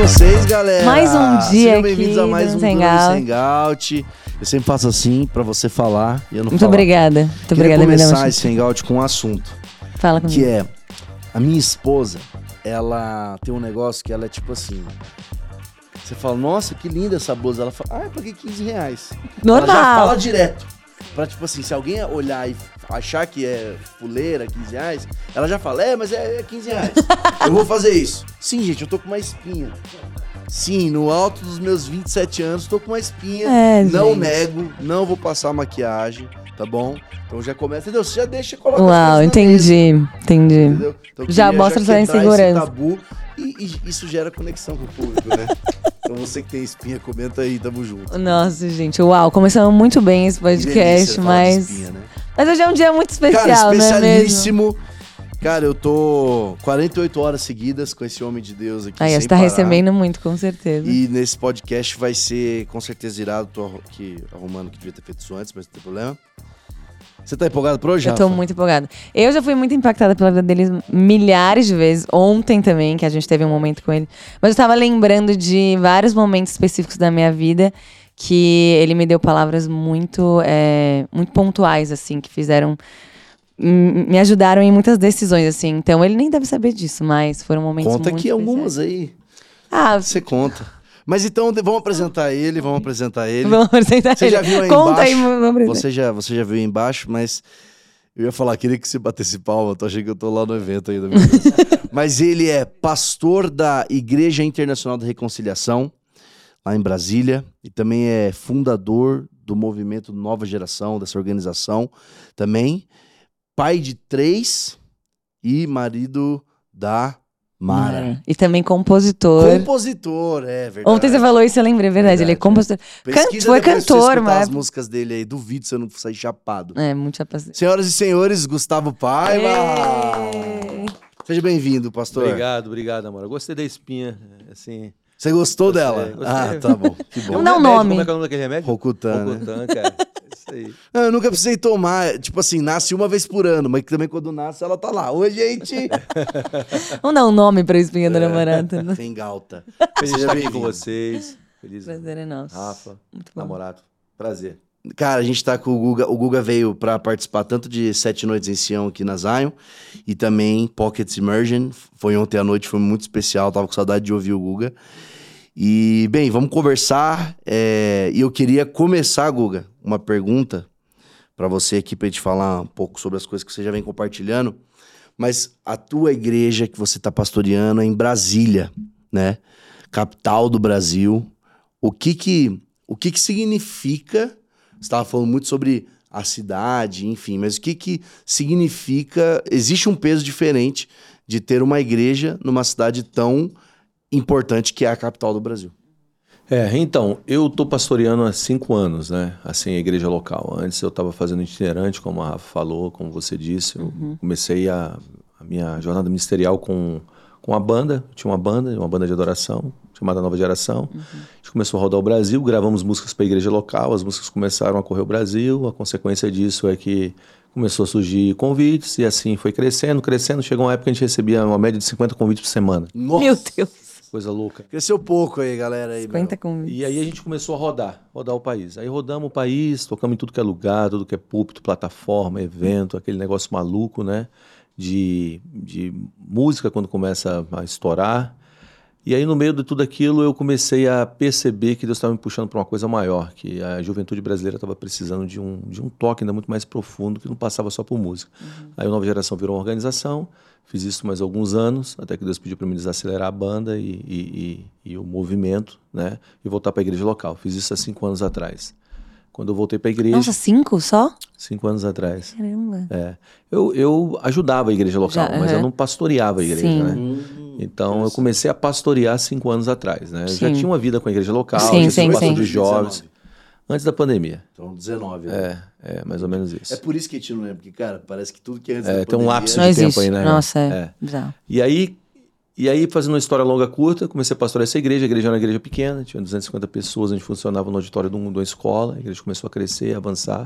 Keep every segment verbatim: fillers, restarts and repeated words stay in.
vocês, galera? Mais um dia Sejam aqui bem-vindos a mais um no Guru Hangout. Eu sempre faço assim pra você falar e eu não Muito falar. obrigada. Muito Queria obrigada, começar esse Hangout com um assunto. Fala comigo. Que é, a minha esposa, ela tem um negócio que ela é tipo assim... Você fala, nossa, que linda essa blusa. Ela fala, ah, eu paguei quinze reais. Normal. Ela já fala direto. Pra, tipo assim, se alguém olhar e achar que é fuleira, quinze reais, ela já fala, é, mas é, é quinze reais. Eu vou fazer isso. Sim, gente, eu tô com uma espinha. Sim, no alto dos meus vinte e sete anos, tô com uma espinha. É, não gente. nego, não vou passar maquiagem, tá bom? Então já começa, entendeu? Você já deixa, coloca Uau, as entendi, entendi. Entendeu? Então, Já queria mostra sua quebrar insegurança. esse tabu e, e isso gera conexão com o público, né? Então você que tem espinha, comenta aí, tamo junto. Nossa, gente, uau, começamos muito bem esse Que podcast, delícia falar de mas... espinha, né? Mas hoje é um dia muito especial, Cara, não é mesmo? especialíssimo. Cara, eu tô quarenta e oito horas seguidas com esse homem de Deus aqui, Aí, sem você tá parar. recebendo muito, com certeza. E nesse podcast vai ser, com certeza, irado. Tô aqui arrumando que devia ter feito isso antes, mas não tem problema. Você tá empolgado pro hoje, Eu tô Rafa? muito empolgada. Eu já fui muito impactada pela vida deles milhares de vezes. Ontem também, que a gente teve um momento com ele. Mas eu tava lembrando de vários momentos específicos da minha vida que ele me deu palavras muito, é, muito pontuais, assim, que fizeram... m- Me ajudaram em muitas decisões, assim. Então, ele nem deve saber disso, mas foram momentos Conta muito aqui algumas especiais. aí. Ah, Você conta. Mas então, de- vamos apresentar ele, vamos apresentar ele. vamos apresentar Você ele. já viu aí Conta embaixo? aí, vamos apresentar. Você já, você já viu aí embaixo, mas eu ia falar, queria que você batesse palma, tô achando que eu tô lá no evento ainda. Meu Deus. Mas ele é pastor da Igreja Internacional da Reconciliação, lá em Brasília, e também é fundador do movimento Nova Geração, dessa organização. Também pai de três e marido da Mara. E também compositor. Compositor, é verdade. Ontem você falou isso, eu lembrei, é verdade. Ele é Verdade, compositor. Pesquisa Can... Foi depois pra você cantor, escutar mas... as músicas dele aí. Duvido você não sair chapado. É, muito chapaceiro. Senhoras e senhores, Gustavo Paiva. Ê! Seja bem-vindo, pastor. Obrigado, obrigado, amor. Eu gostei da espinha, assim... Você gostou Gostei, dela? gostei. Ah, tá bom. Que bom. Vamos dar um remédio, nome. Como é que é o nome daquele remédio? Rocutan, né? Rocutan, cara. Isso aí. Não, eu nunca precisei tomar. Tipo assim, nasce uma vez por ano, mas que também quando nasce ela tá lá. Oi, gente. Vamos dar um nome pra espinha da namorada. Né? Tem galta. Feliz de Seja estar aqui com bem-vindo. vocês. Feliz, Prazer é nosso. Rafa, Muito bom. namorado. Prazer. Cara, a gente tá com o Guga. O Guga veio pra participar tanto de Sete Noites em Sião aqui na Zion e também Pockets Immersion. Foi ontem à noite, foi muito especial. Tava com saudade de ouvir o Guga. E, bem, vamos conversar. é, E eu queria começar, Guga, uma pergunta pra você aqui, pra gente falar um pouco sobre as coisas que você já vem compartilhando. Mas a tua igreja que você tá pastoreando é em Brasília, né? Capital do Brasil. O que que, o que que significa... Você estava falando muito sobre a cidade, enfim, mas o que que significa... Existe um peso diferente de ter uma igreja numa cidade tão importante que é a capital do Brasil. É, então, eu tô pastoreando há cinco anos, né? Assim, a igreja local. Antes eu estava fazendo itinerante, como a Rafa falou, como você disse. Eu comecei a, a minha jornada ministerial com, com a banda. Tinha uma banda, uma banda de adoração, chamada Nova Geração. A gente começou a rodar o Brasil, gravamos músicas para a igreja local, as músicas começaram a correr o Brasil. A consequência disso é que começou a surgir convites e assim foi crescendo, crescendo. Chegou uma época que a gente recebia uma média de cinquenta convites por semana. Nossa! Meu Deus. Coisa louca. Cresceu pouco aí, galera. Aí, cinquenta meu. com... E aí a gente começou a rodar, rodar o país. Aí rodamos o país, tocamos em tudo que é lugar, tudo que é púlpito, plataforma, evento, aquele negócio maluco, né? De, de música quando começa a estourar. E aí no meio de tudo aquilo eu comecei a perceber que Deus estava me puxando para uma coisa maior, que a juventude brasileira estava precisando de um, de um toque ainda muito mais profundo, que não passava só por música. Aí a Nova Geração virou uma organização. Fiz isso mais alguns anos, até que Deus pediu para mim desacelerar a banda e, e, e, e o movimento, né? E voltar para a igreja local. Fiz isso há cinco anos atrás. Quando eu voltei para a igreja... Nossa, cinco só? Cinco anos atrás. Caramba. É. Eu, eu ajudava a igreja local, Já, mas eu aham. não pastoreava a igreja, Sim. né? Hum, Então eu comecei a pastorear cinco anos atrás, né? Eu já Sim. tinha uma vida com a igreja local, Sim, já sim, fui pastor sim. de jovens, dezenove. antes da pandemia. Então, dezenove. Né? É, é mais ou menos isso. É por isso que a gente não lembra, porque, cara, parece que tudo que é antes É, da tem um pandemia... lapso Não de existe. tempo aí, né? Nossa, é, É. bizarro. E aí, e aí, fazendo uma história longa curta, comecei a pastorear essa igreja. A igreja era uma igreja pequena, tinha duzentas e cinquenta pessoas, a gente funcionava no auditório de, um, de uma escola. A igreja começou a crescer, a avançar.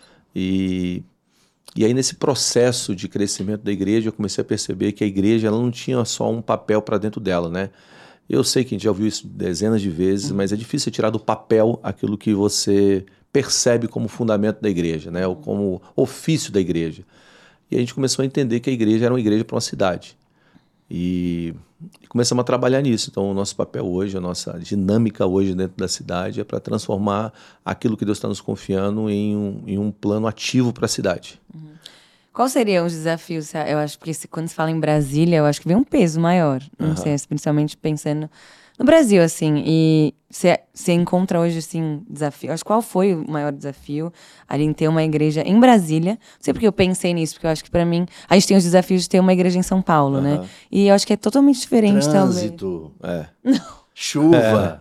E, e aí, nesse processo de crescimento da igreja, eu comecei a perceber que a igreja ela não tinha só um papel para dentro dela, né? Eu sei que a gente já ouviu isso dezenas de vezes, mas é difícil tirar do papel aquilo que você percebe como fundamento da igreja, né? Ou como ofício da igreja. E a gente começou a entender que a igreja era uma igreja para uma cidade. E, e começamos a trabalhar nisso. Então, o nosso papel hoje, a nossa dinâmica hoje dentro da cidade é para transformar aquilo que Deus está nos confiando em um, em um plano ativo para a cidade. Uhum. Quais seriam os desafios? Eu acho que se, quando se fala em Brasília, eu acho que vem um peso maior. Não uhum. sei, principalmente pensando no Brasil, assim. E você, você encontra hoje, assim, desafio. Acho que qual foi o maior desafio ali em ter uma igreja em Brasília? Não sei porque eu pensei nisso, porque eu acho que pra mim a gente tem os desafios de ter uma igreja em São Paulo, uhum. né? E eu acho que é totalmente diferente, Trânsito. talvez. É. Não. Chuva.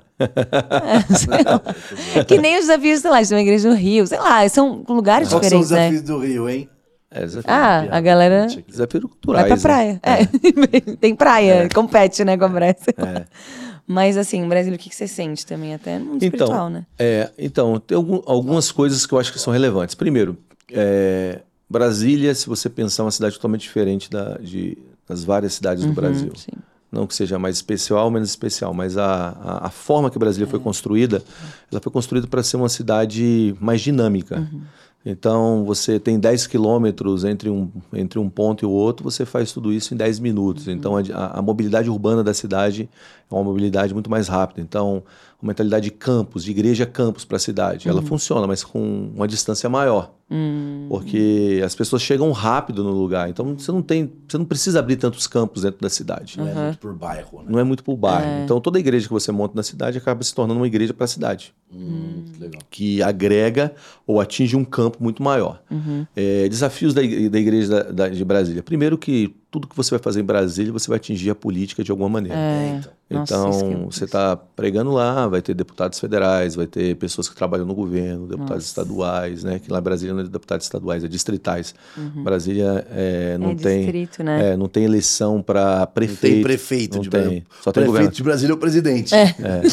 É, que nem os desafios, sei lá, de ter uma igreja no Rio. Sei lá, são lugares Qual diferentes, são os desafios né? do Rio, hein? É, desafio ah, a galera desafio culturais, vai pra praia. Né? É. Tem praia, é. compete, né, com a Brasa. É. Mas assim, em Brasília, o que, que você sente também, até no mundo então, espiritual, né? É, então, tem algum, algumas coisas que eu acho que são relevantes. Primeiro, é, Brasília, se você pensar, é uma cidade totalmente diferente da, de, das várias cidades uhum, do Brasil. Sim. Não que seja mais especial ou menos especial, mas a, a, a forma que Brasília é. foi construída, ela foi construída para ser uma cidade mais dinâmica. Uhum. Então, você tem dez quilômetros entre um, entre um ponto e o outro, você faz tudo isso em dez minutos. Uhum. Então, a, a mobilidade urbana da cidade é uma mobilidade muito mais rápida. Então, uma mentalidade de campus, de igreja campus para a cidade, uhum. ela funciona, mas com uma distância maior. Uhum. Porque as pessoas chegam rápido no lugar. Então, você não tem, você não precisa abrir tantos campos dentro da cidade. Não uhum. é muito por bairro, né? Não é muito por bairro. É. Então, toda igreja que você monta na cidade acaba se tornando uma igreja para a cidade. Hum, legal. Que agrega ou atinge um campo muito maior. Uhum. É, desafios da, da igreja da, da, de Brasília. Primeiro que tudo que você vai fazer em Brasília, você vai atingir a política de alguma maneira. É. Então, Nossa, então você está pregando lá, vai ter deputados federais, vai ter pessoas que trabalham no governo, deputados Nossa. estaduais, né? Que lá em Brasília não é deputados estaduais, é distritais. Uhum. Brasília é, não, é tem, distrito, né? é, não tem eleição para prefeito. Não tem prefeito não de tem. Brasília. Só tem prefeito governo. de Brasília é o presidente. É.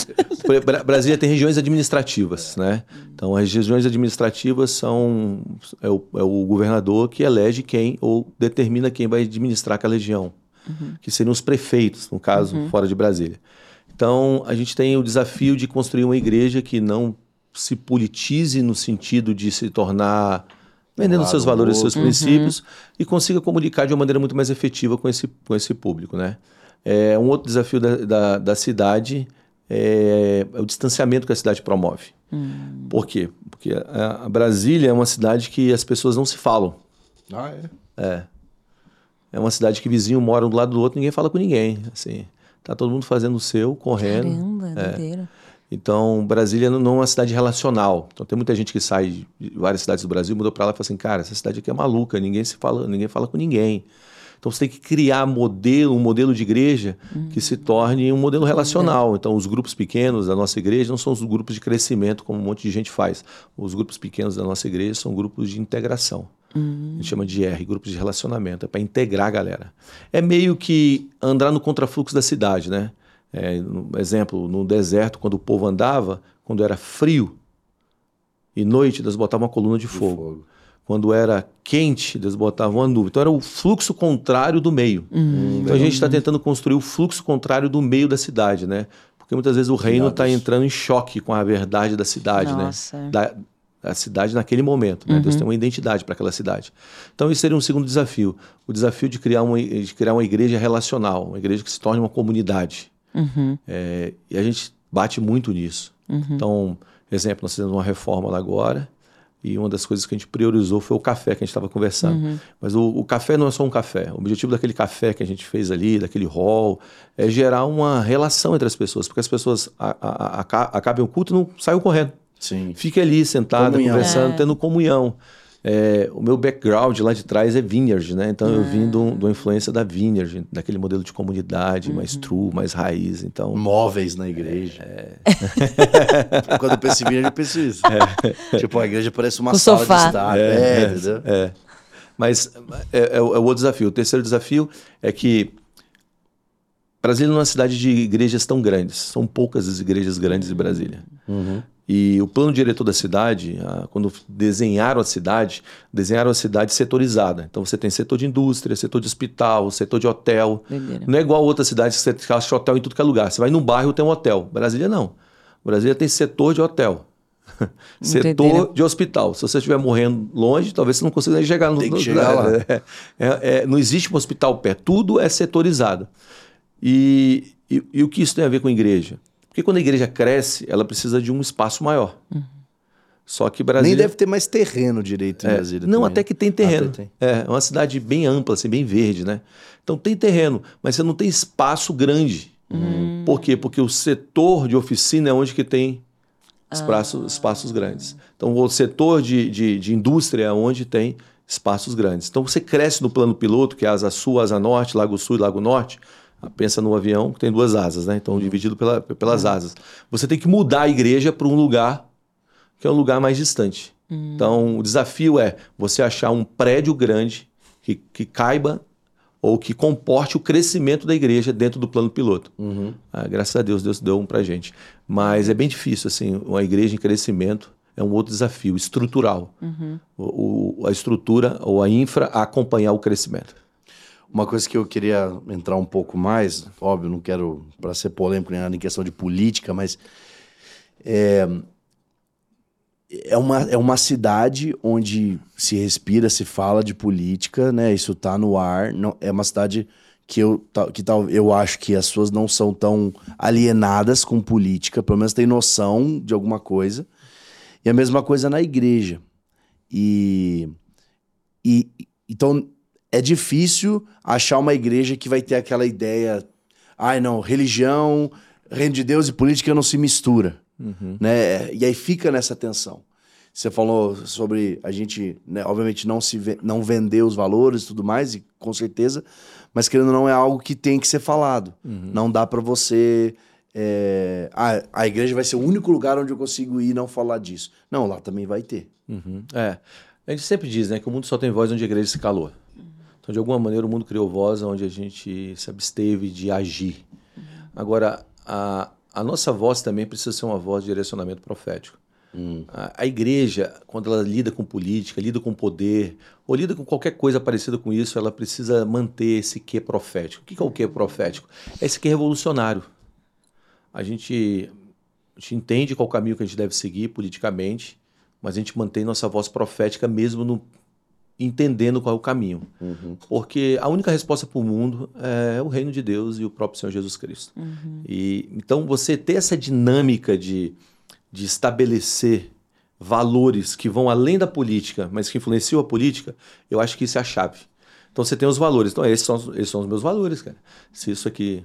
É. Brasília tem regiões administrativas, né? Então, as regiões administrativas são é o, é o governador que elege quem ou determina quem vai administrar aquela região, uhum. que seriam os prefeitos, no caso, uhum. fora de Brasília. Então, a gente tem o desafio de construir uma igreja que não se politize no sentido de se tornar vendendo seus valores, seus uhum. princípios, e consiga comunicar de uma maneira muito mais efetiva com esse, com esse público, né? É, um outro desafio da, da, da cidade é, é o distanciamento que a cidade promove. Hum. Por quê? Porque a, a Brasília é uma cidade que as pessoas não se falam. Ah, é? É. É uma cidade que vizinho mora um do lado do outro, ninguém fala com ninguém, assim. Tá todo mundo fazendo o seu, correndo. Caramba, é. doideira. Então, Brasília não é uma cidade relacional. Então, tem muita gente que sai de várias cidades do Brasil, mudou para lá e fala assim, cara, essa cidade aqui é maluca, ninguém se fala, ninguém fala com ninguém. Então, você tem que criar modelo, um modelo de igreja uhum. que se torne um modelo relacional. Então, os grupos pequenos da nossa igreja não são os grupos de crescimento, como um monte de gente faz. Os grupos pequenos da nossa igreja são grupos de integração. Uhum. A gente chama de R, grupos de relacionamento. É para integrar a galera. É meio que andar no contrafluxo da cidade, né? É, no, exemplo, no deserto, quando o povo andava, quando era frio e noite, eles botavam uma coluna de fogo. fogo. Quando era quente, eles botavam uma nuvem. Então era o fluxo contrário do meio. Hum, então a gente está tentando construir o fluxo contrário do meio da cidade, né? Porque muitas vezes o reino está entrando em choque com a verdade da cidade, Nossa. né? Da, da cidade naquele momento, né? Uhum. Deus tem uma identidade para aquela cidade. Então isso seria um segundo desafio. O desafio de criar uma, de criar uma igreja relacional, uma igreja que se torne uma comunidade. Uhum. É, e a gente bate muito nisso. Uhum. Então, exemplo, nós fizemos uma reforma lá agora, e uma das coisas que a gente priorizou foi o café que a gente estava conversando. Uhum. Mas o, o café não é só um café. O objetivo daquele café que a gente fez ali, daquele hall, é gerar uma relação entre as pessoas. Porque as pessoas a, a, a, acabam o culto e não saiam correndo. Sim. Fica ali sentada, comunhão. Conversando, é. tendo comunhão. É, o meu background lá de trás é Vineyard, né? Então é. eu vim de uma influência da Vineyard, daquele modelo de comunidade, uhum. mais true, mais raiz. Então... Móveis na igreja. É. Quando eu penso em Vineyard, eu penso isso. É. Tipo, a igreja parece uma o sala sofá. de estar. É, é, é, entendeu? É. Mas é, é, é o outro desafio. O terceiro desafio é que Brasília não é uma cidade de igrejas tão grandes. São poucas as igrejas grandes em Brasília. Uhum. E o plano diretor da cidade, ah, quando desenharam a cidade, desenharam a cidade setorizada. Então você tem setor de indústria, setor de hospital, setor de hotel. Doideira. Não é igual a outras cidades que você acha hotel em tudo que é lugar. Você vai num bairro, tem um hotel. Brasília não. Brasília tem setor de hotel. Setor Doideira. de hospital. Se você estiver morrendo longe, talvez você não consiga nem chegar no Tem que no- chegar lá. É, é, é, não existe um hospital perto. Tudo é setorizado. E, e, e o que isso tem a ver com a igreja? Porque quando a igreja cresce, ela precisa de um espaço maior. Uhum. Só que Brasília... Nem deve ter mais terreno direito em É, Brasília. não, também, até né? que tem terreno. Até tem. É, é uma cidade bem ampla, assim, bem verde, né? Então tem terreno, mas você não tem espaço grande. Hum. Por quê? Porque o setor de oficina é onde que tem espaços, espaços grandes. Então o setor de, de, de indústria é onde tem espaços grandes. Então você cresce no plano piloto, que é asa sul, asa norte, lago sul e lago norte. Ah, pensa no avião que tem duas asas, né? Então dividido pela, pelas asas. Você tem que mudar a igreja para um lugar que é um lugar mais distante. Então, o desafio é você achar um prédio grande que, que caiba ou que comporte o crescimento da igreja dentro do plano piloto. Uhum. Ah, graças a Deus, Deus deu um pra gente. Mas é bem difícil, assim, uma igreja em crescimento é um outro desafio estrutural. O, o- a estrutura ou a infra a acompanhar o crescimento. Uma coisa que eu queria entrar um pouco mais, óbvio, não quero para ser polêmico nem nada em questão de política, mas é, é, uma, é uma cidade onde se respira, se fala de política, né? Isso tá no ar. Não, é uma cidade que eu, ta- que tal, eu acho que as pessoas não são tão alienadas com política, pelo menos tem noção de alguma coisa. E a mesma coisa na igreja. E, e então é difícil achar uma igreja que vai ter aquela ideia, ai não, religião, reino de Deus e política não se mistura, né? E aí fica nessa tensão. Você falou sobre a gente, né, obviamente não se ve- não vender os valores e tudo mais, e com certeza, mas querendo ou não é algo que tem que ser falado. Não dá pra você é, ah, a igreja vai ser o único lugar onde eu consigo ir e não falar disso. Não, lá também vai ter. Uhum. É. A gente sempre diz, né, que o mundo só tem voz onde a igreja se calou. Então, de alguma maneira, o mundo criou voz onde a gente se absteve de agir. Agora, a, a nossa voz também precisa ser uma voz de direcionamento profético. A, a igreja, quando ela lida com política, lida com poder, ou lida com qualquer coisa parecida com isso, ela precisa manter esse quê profético. O que é o quê profético? É esse quê revolucionário. A gente, a gente entende qual caminho que a gente deve seguir politicamente, mas a gente mantém nossa voz profética mesmo no, entendendo qual é o caminho. Porque a única resposta para o mundo é o reino de Deus e o próprio Senhor Jesus Cristo. E, então, você ter essa dinâmica de, de estabelecer valores que vão além da política, mas que influenciam a política, eu acho que isso é a chave. Então, você tem os valores. Então, esses são, os- esses são os meus valores, cara. Se isso aqui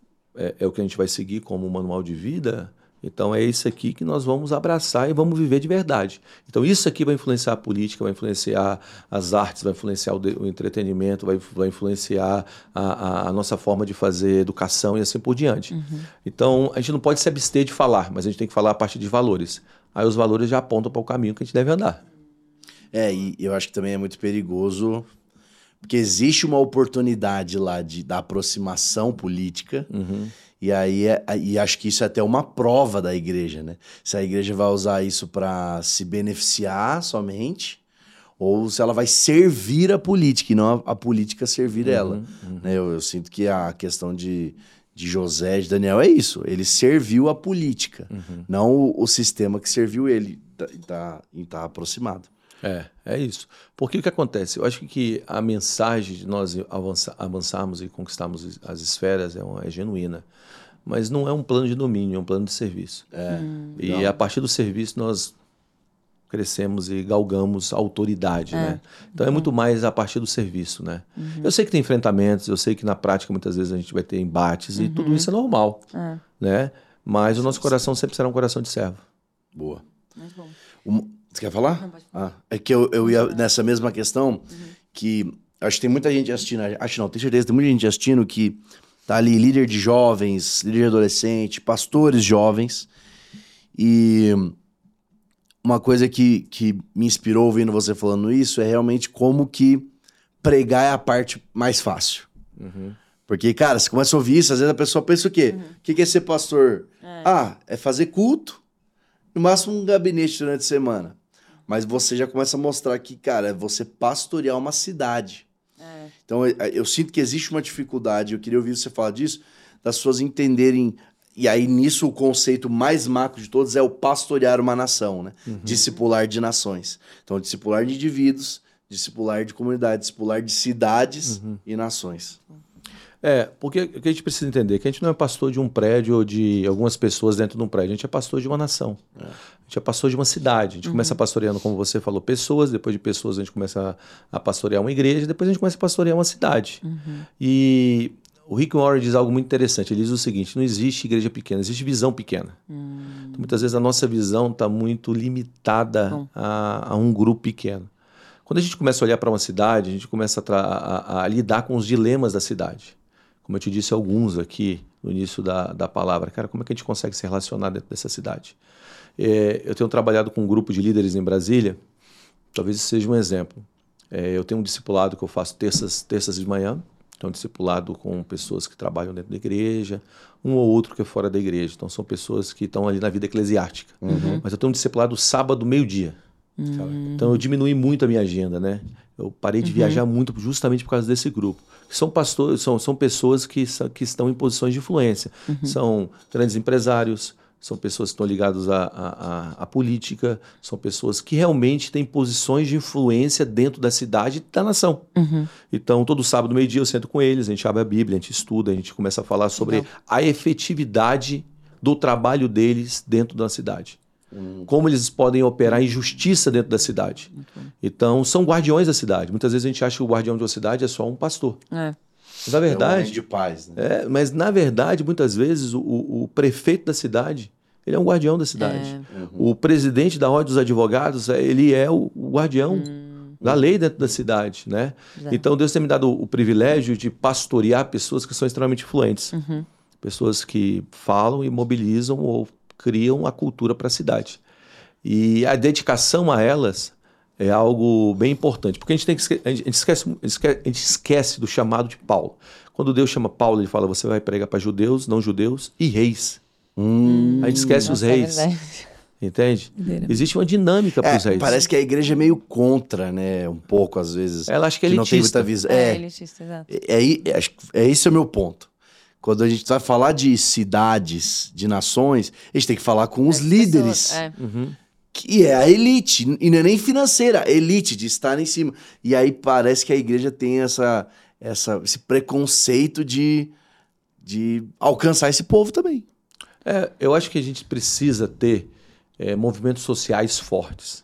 é, é o que a gente vai seguir como manual de vida, então é isso aqui que nós vamos abraçar e vamos viver de verdade. Então isso aqui vai influenciar a política, vai influenciar as artes, vai influenciar o, de- o entretenimento, vai, vai influenciar a, a- a nossa forma de fazer educação e assim por diante. Então a gente não pode se abster de falar, mas a gente tem que falar a partir de valores. Aí os valores já apontam para o caminho que a gente deve andar. É, e eu acho que também é muito perigoso, porque existe uma oportunidade lá de, da aproximação política, e aí é- e acho que isso é até uma prova da igreja, né? Se a igreja vai usar isso para se beneficiar somente, ou se ela vai servir a política, e não a, a política servir ela. Né? Eu, eu sinto que a questão de, de José, de Daniel, é isso. Ele serviu a política, não o, o sistema que serviu ele, tá, tá, e tá aproximado. É, é isso. Porque o que acontece? Eu acho que a mensagem de nós avança, avançarmos e conquistarmos as esferas é, uma, é genuína. Mas não é um plano de domínio, é um plano de serviço. É, E legal. a partir do serviço nós crescemos e galgamos autoridade, né? Então é muito mais a partir do serviço, né? Eu sei que tem enfrentamentos, eu sei que na prática muitas vezes a gente vai ter embates e tudo isso é normal, né? Mas o nosso coração sempre será um coração de servo. Boa. Muito bom. Um- Você quer falar? Ah, é que eu, eu ia nessa mesma questão, que acho que tem muita gente assistindo, acho não, tenho certeza, tem muita gente assistindo que tá ali líder de jovens, líder de adolescente, pastores jovens, e uma coisa que, que me inspirou ouvindo você falando isso é realmente como que pregar é a parte mais fácil. Porque, cara, você começa a ouvir isso, às vezes a pessoa pensa o quê? O que que é ser pastor? Ah, é fazer culto. no máximo um gabinete durante a semana. Mas você já começa a mostrar que, cara, é você pastorear uma cidade. É. Então, eu, eu sinto que existe uma dificuldade, eu queria ouvir você falar disso, das pessoas entenderem, e aí nisso o conceito mais macro de todos é o pastorear uma nação, né? Uhum. Discipular de nações. Então, discipular de indivíduos, discipular de comunidades, discipular de cidades uhum. e nações. É, porque o que a gente precisa entender é que a gente não é pastor de um prédio ou de algumas pessoas dentro de um prédio, a gente é pastor de uma nação. É. A gente é pastor de uma cidade. A gente uhum. começa pastoreando, como você falou, pessoas, depois de pessoas a gente começa a, a pastorear uma igreja, depois a gente começa a pastorear uma cidade. Uhum. E o Rick Warren diz algo muito interessante, ele diz o seguinte, não existe igreja pequena, existe visão pequena. Uhum. Então, muitas vezes a nossa visão está muito limitada a, a um grupo pequeno. Quando a gente começa a olhar para uma cidade, a gente começa a, a, a lidar com os dilemas da cidade. Como eu te disse alguns aqui no início da, da palavra. Cara, como é que a gente consegue se relacionar dentro dessa cidade? É, eu tenho trabalhado com um grupo de líderes em Brasília, talvez isso seja um exemplo. É, eu tenho um discipulado que eu faço terças, terças de manhã, então um discipulado com pessoas que trabalham dentro da igreja, um ou outro que é fora da igreja. Então são pessoas que estão ali na vida eclesiástica. Uhum. Mas eu tenho um discipulado sábado, meio-dia. Uhum. Então eu diminui muito a minha agenda, né? Eu parei de uhum. viajar muito justamente por causa desse grurupo. São pastores, são, são pessoas que, que estão em posições de influência. Uhum. São grandes empresários, são pessoas que estão ligadas à, à, à política, são pessoas que realmente têm posições de influência dentro da cidade e da nação. Uhum. Então, todo sábado, meio-dia, eu sento com eles, a gente abre a Bíblia, a gente estuda, a gente começa a falar sobre Legal. a efetividade do trabalho deles dentro da cidade. Hum. Como eles podem operar em justiça dentro da cidade. Então, são guardiões da cidade. Muitas vezes a gente acha que o guardião de uma cidade é só um pastor. É. Mas, na verdade, é um homem de paz, né? é, mas, na verdade, muitas vezes, o, o prefeito da cidade, ele é um guardião da cidade. É. Uhum. O presidente da Ordem dos Advogados, ele é o, o guardião hum. da lei dentro da cidade, né? É. Então, Deus tem me dado o, o privilégio de pastorear pessoas que são extremamente influentes. Uhum. Pessoas que falam e mobilizam ou criam a cultura para a cidade. E a dedicação a elas é algo bem importante, porque a gente, tem que, a gente, esquece, a gente esquece do chamado de Paulo. Quando Deus chama Paulo, ele fala, você vai pregar para judeus, não judeus e reis. Hum, a gente esquece os reis. É entende? Existe uma dinâmica para os é, reis. Parece que a igreja é meio contra, né? Um pouco, às vezes. Ela acha que é elitista. Que não tem muita visão. É, é elitista, exato. É, é, é, é esse é o meu ponto. Quando a gente vai falar de cidades, de nações, a gente tem que falar com os As líderes. É. Uhum. Que é a elite, e não é nem financeira, a elite de estar em cima. E aí parece que a igreja tem essa, essa, esse preconceito de, de alcançar esse povo também. É, eu acho que a gente precisa ter é, movimentos sociais fortes.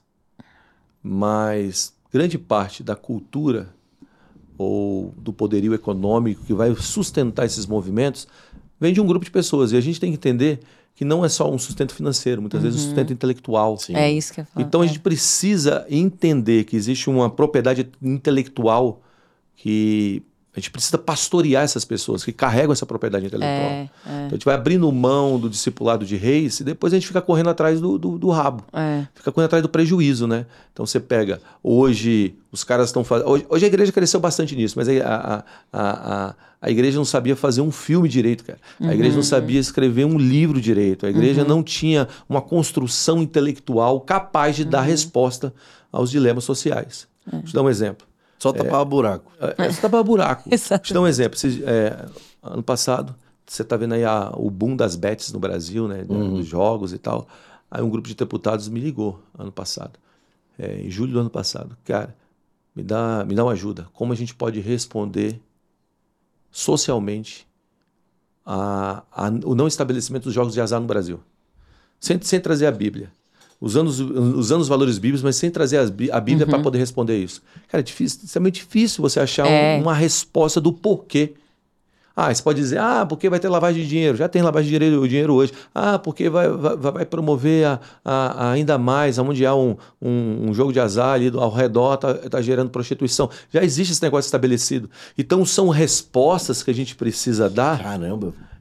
Mas grande parte da cultura ou do poderio econômico que vai sustentar esses movimentos vem de um grupo de pessoas. E a gente tem que entender que não é só um sustento financeiro, muitas uhum. vezes um sustento intelectual. Sim. É isso que eu falo. Então a é. gente precisa entender que existe uma propriedade intelectual que a gente precisa pastorear essas pessoas que carregam essa propriedade intelectual. É, é. Então a gente vai abrindo mão do discipulado de reis e depois a gente fica correndo atrás do, do, do rabo. É. Fica correndo atrás do prejuízo, né? Então você pega, hoje os caras estão fazendo... Hoje, hoje a igreja cresceu bastante nisso, mas a, a, a, a, a igreja não sabia fazer um filme direito, cara. A uhum. igreja não sabia escrever um livro direito. A igreja uhum. não tinha uma construção intelectual capaz de uhum. dar resposta aos dilemas sociais. É. Vou te dar um exemplo. Só tapar é, buraco. É, só tapar buraco. Deixa eu te dar um exemplo. Você, é, ano passado, você está vendo aí a, o boom das bets no Brasil, né? Uhum. Dos jogos e tal. Aí um grupo de deputados me ligou ano passado. É, em julho do ano passado. Cara, me dá, me dá uma ajuda. Como a gente pode responder socialmente a, a, o não estabelecimento dos jogos de azar no Brasil? Sem, sem trazer a Bíblia. Usando os, usando os valores bíblicos, mas sem trazer as, a Bíblia uhum. para poder responder isso. Cara, é difícil, é muito difícil você achar é. um, uma resposta do porquê. Ah, você pode dizer, ah, porque vai ter lavagem de dinheiro. Já tem lavagem de dinheiro, dinheiro hoje. Ah, porque vai, vai, vai promover a, a, a ainda mais, onde há um, um, um jogo de azar ali ao redor, está tá gerando prostituição. Já existe esse negócio estabelecido. Então, são respostas que a gente precisa dar. Caramba!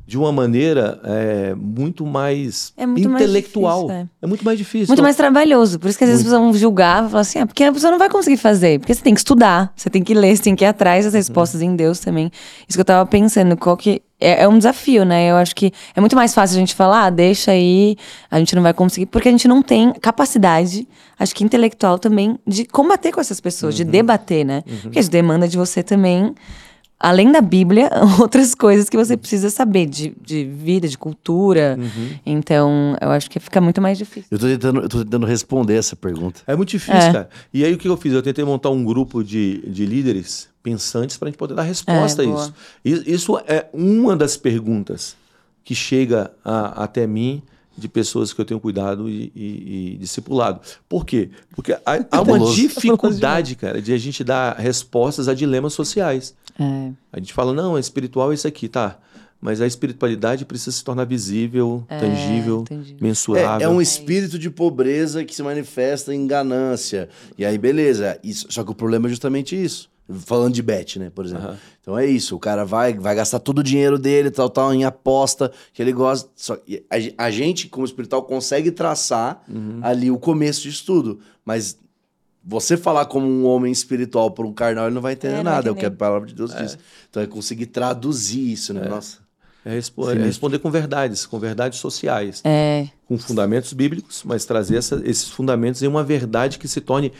de uma maneira é, muito mais É muito intelectual. mais difícil, é. é muito mais difícil. Muito Então, mais trabalhoso. Por isso que às vezes as pessoas vão julgar, falar assim, ah, porque a pessoa não vai conseguir fazer. Porque você tem que estudar, você tem que ler, você tem que ir atrás das respostas em Deus também. Isso que eu tava pensando, qual que... É, é um desafio, né? Eu acho que é muito mais fácil a gente falar, ah, deixa aí, a gente não vai conseguir. Porque a gente não tem capacidade, acho que intelectual também, de combater com essas pessoas, de debater, né? Porque isso demanda de você também... Além da Bíblia, outras coisas que você precisa saber de, de vida, de cultura. Uhum. Então, eu acho que fica muito mais difícil. Eu tô tentando, eu tô tentando responder essa pergunta. É muito difícil, é. cara. E aí, o que eu fiz? Eu tentei montar um grupo de, de líderes pensantes para a gente poder dar resposta é, a isso. E, isso é uma das perguntas que chega a, até mim de pessoas que eu tenho cuidado e, e, e discipulado. Por quê? Porque há, há uma dificuldade, cara, de a gente dar respostas a dilemas sociais. É. A gente fala, não, é espiritual é isso aqui, tá. Mas a espiritualidade precisa se tornar visível, é, tangível, entendi. mensurável. É, é um espírito de pobreza que se manifesta em ganância. E aí, beleza. Isso, só que o problema é justamente isso. Falando de bet, né, por exemplo. Uhum. Então é isso, o cara vai, vai gastar todo o dinheiro dele, tal, tal, em aposta, que ele gosta. Só, a, a gente, como espiritual, consegue traçar uhum. ali o começo disso tudo. Mas você falar como um homem espiritual por um carnal, ele não vai entender é, nada, é o que a palavra de Deus é. diz. Então é conseguir traduzir isso, né? É. Nossa. É, respo é responder com verdades, com verdades sociais. É. Com fundamentos bíblicos, mas trazer essa, esses fundamentos em uma verdade que se torne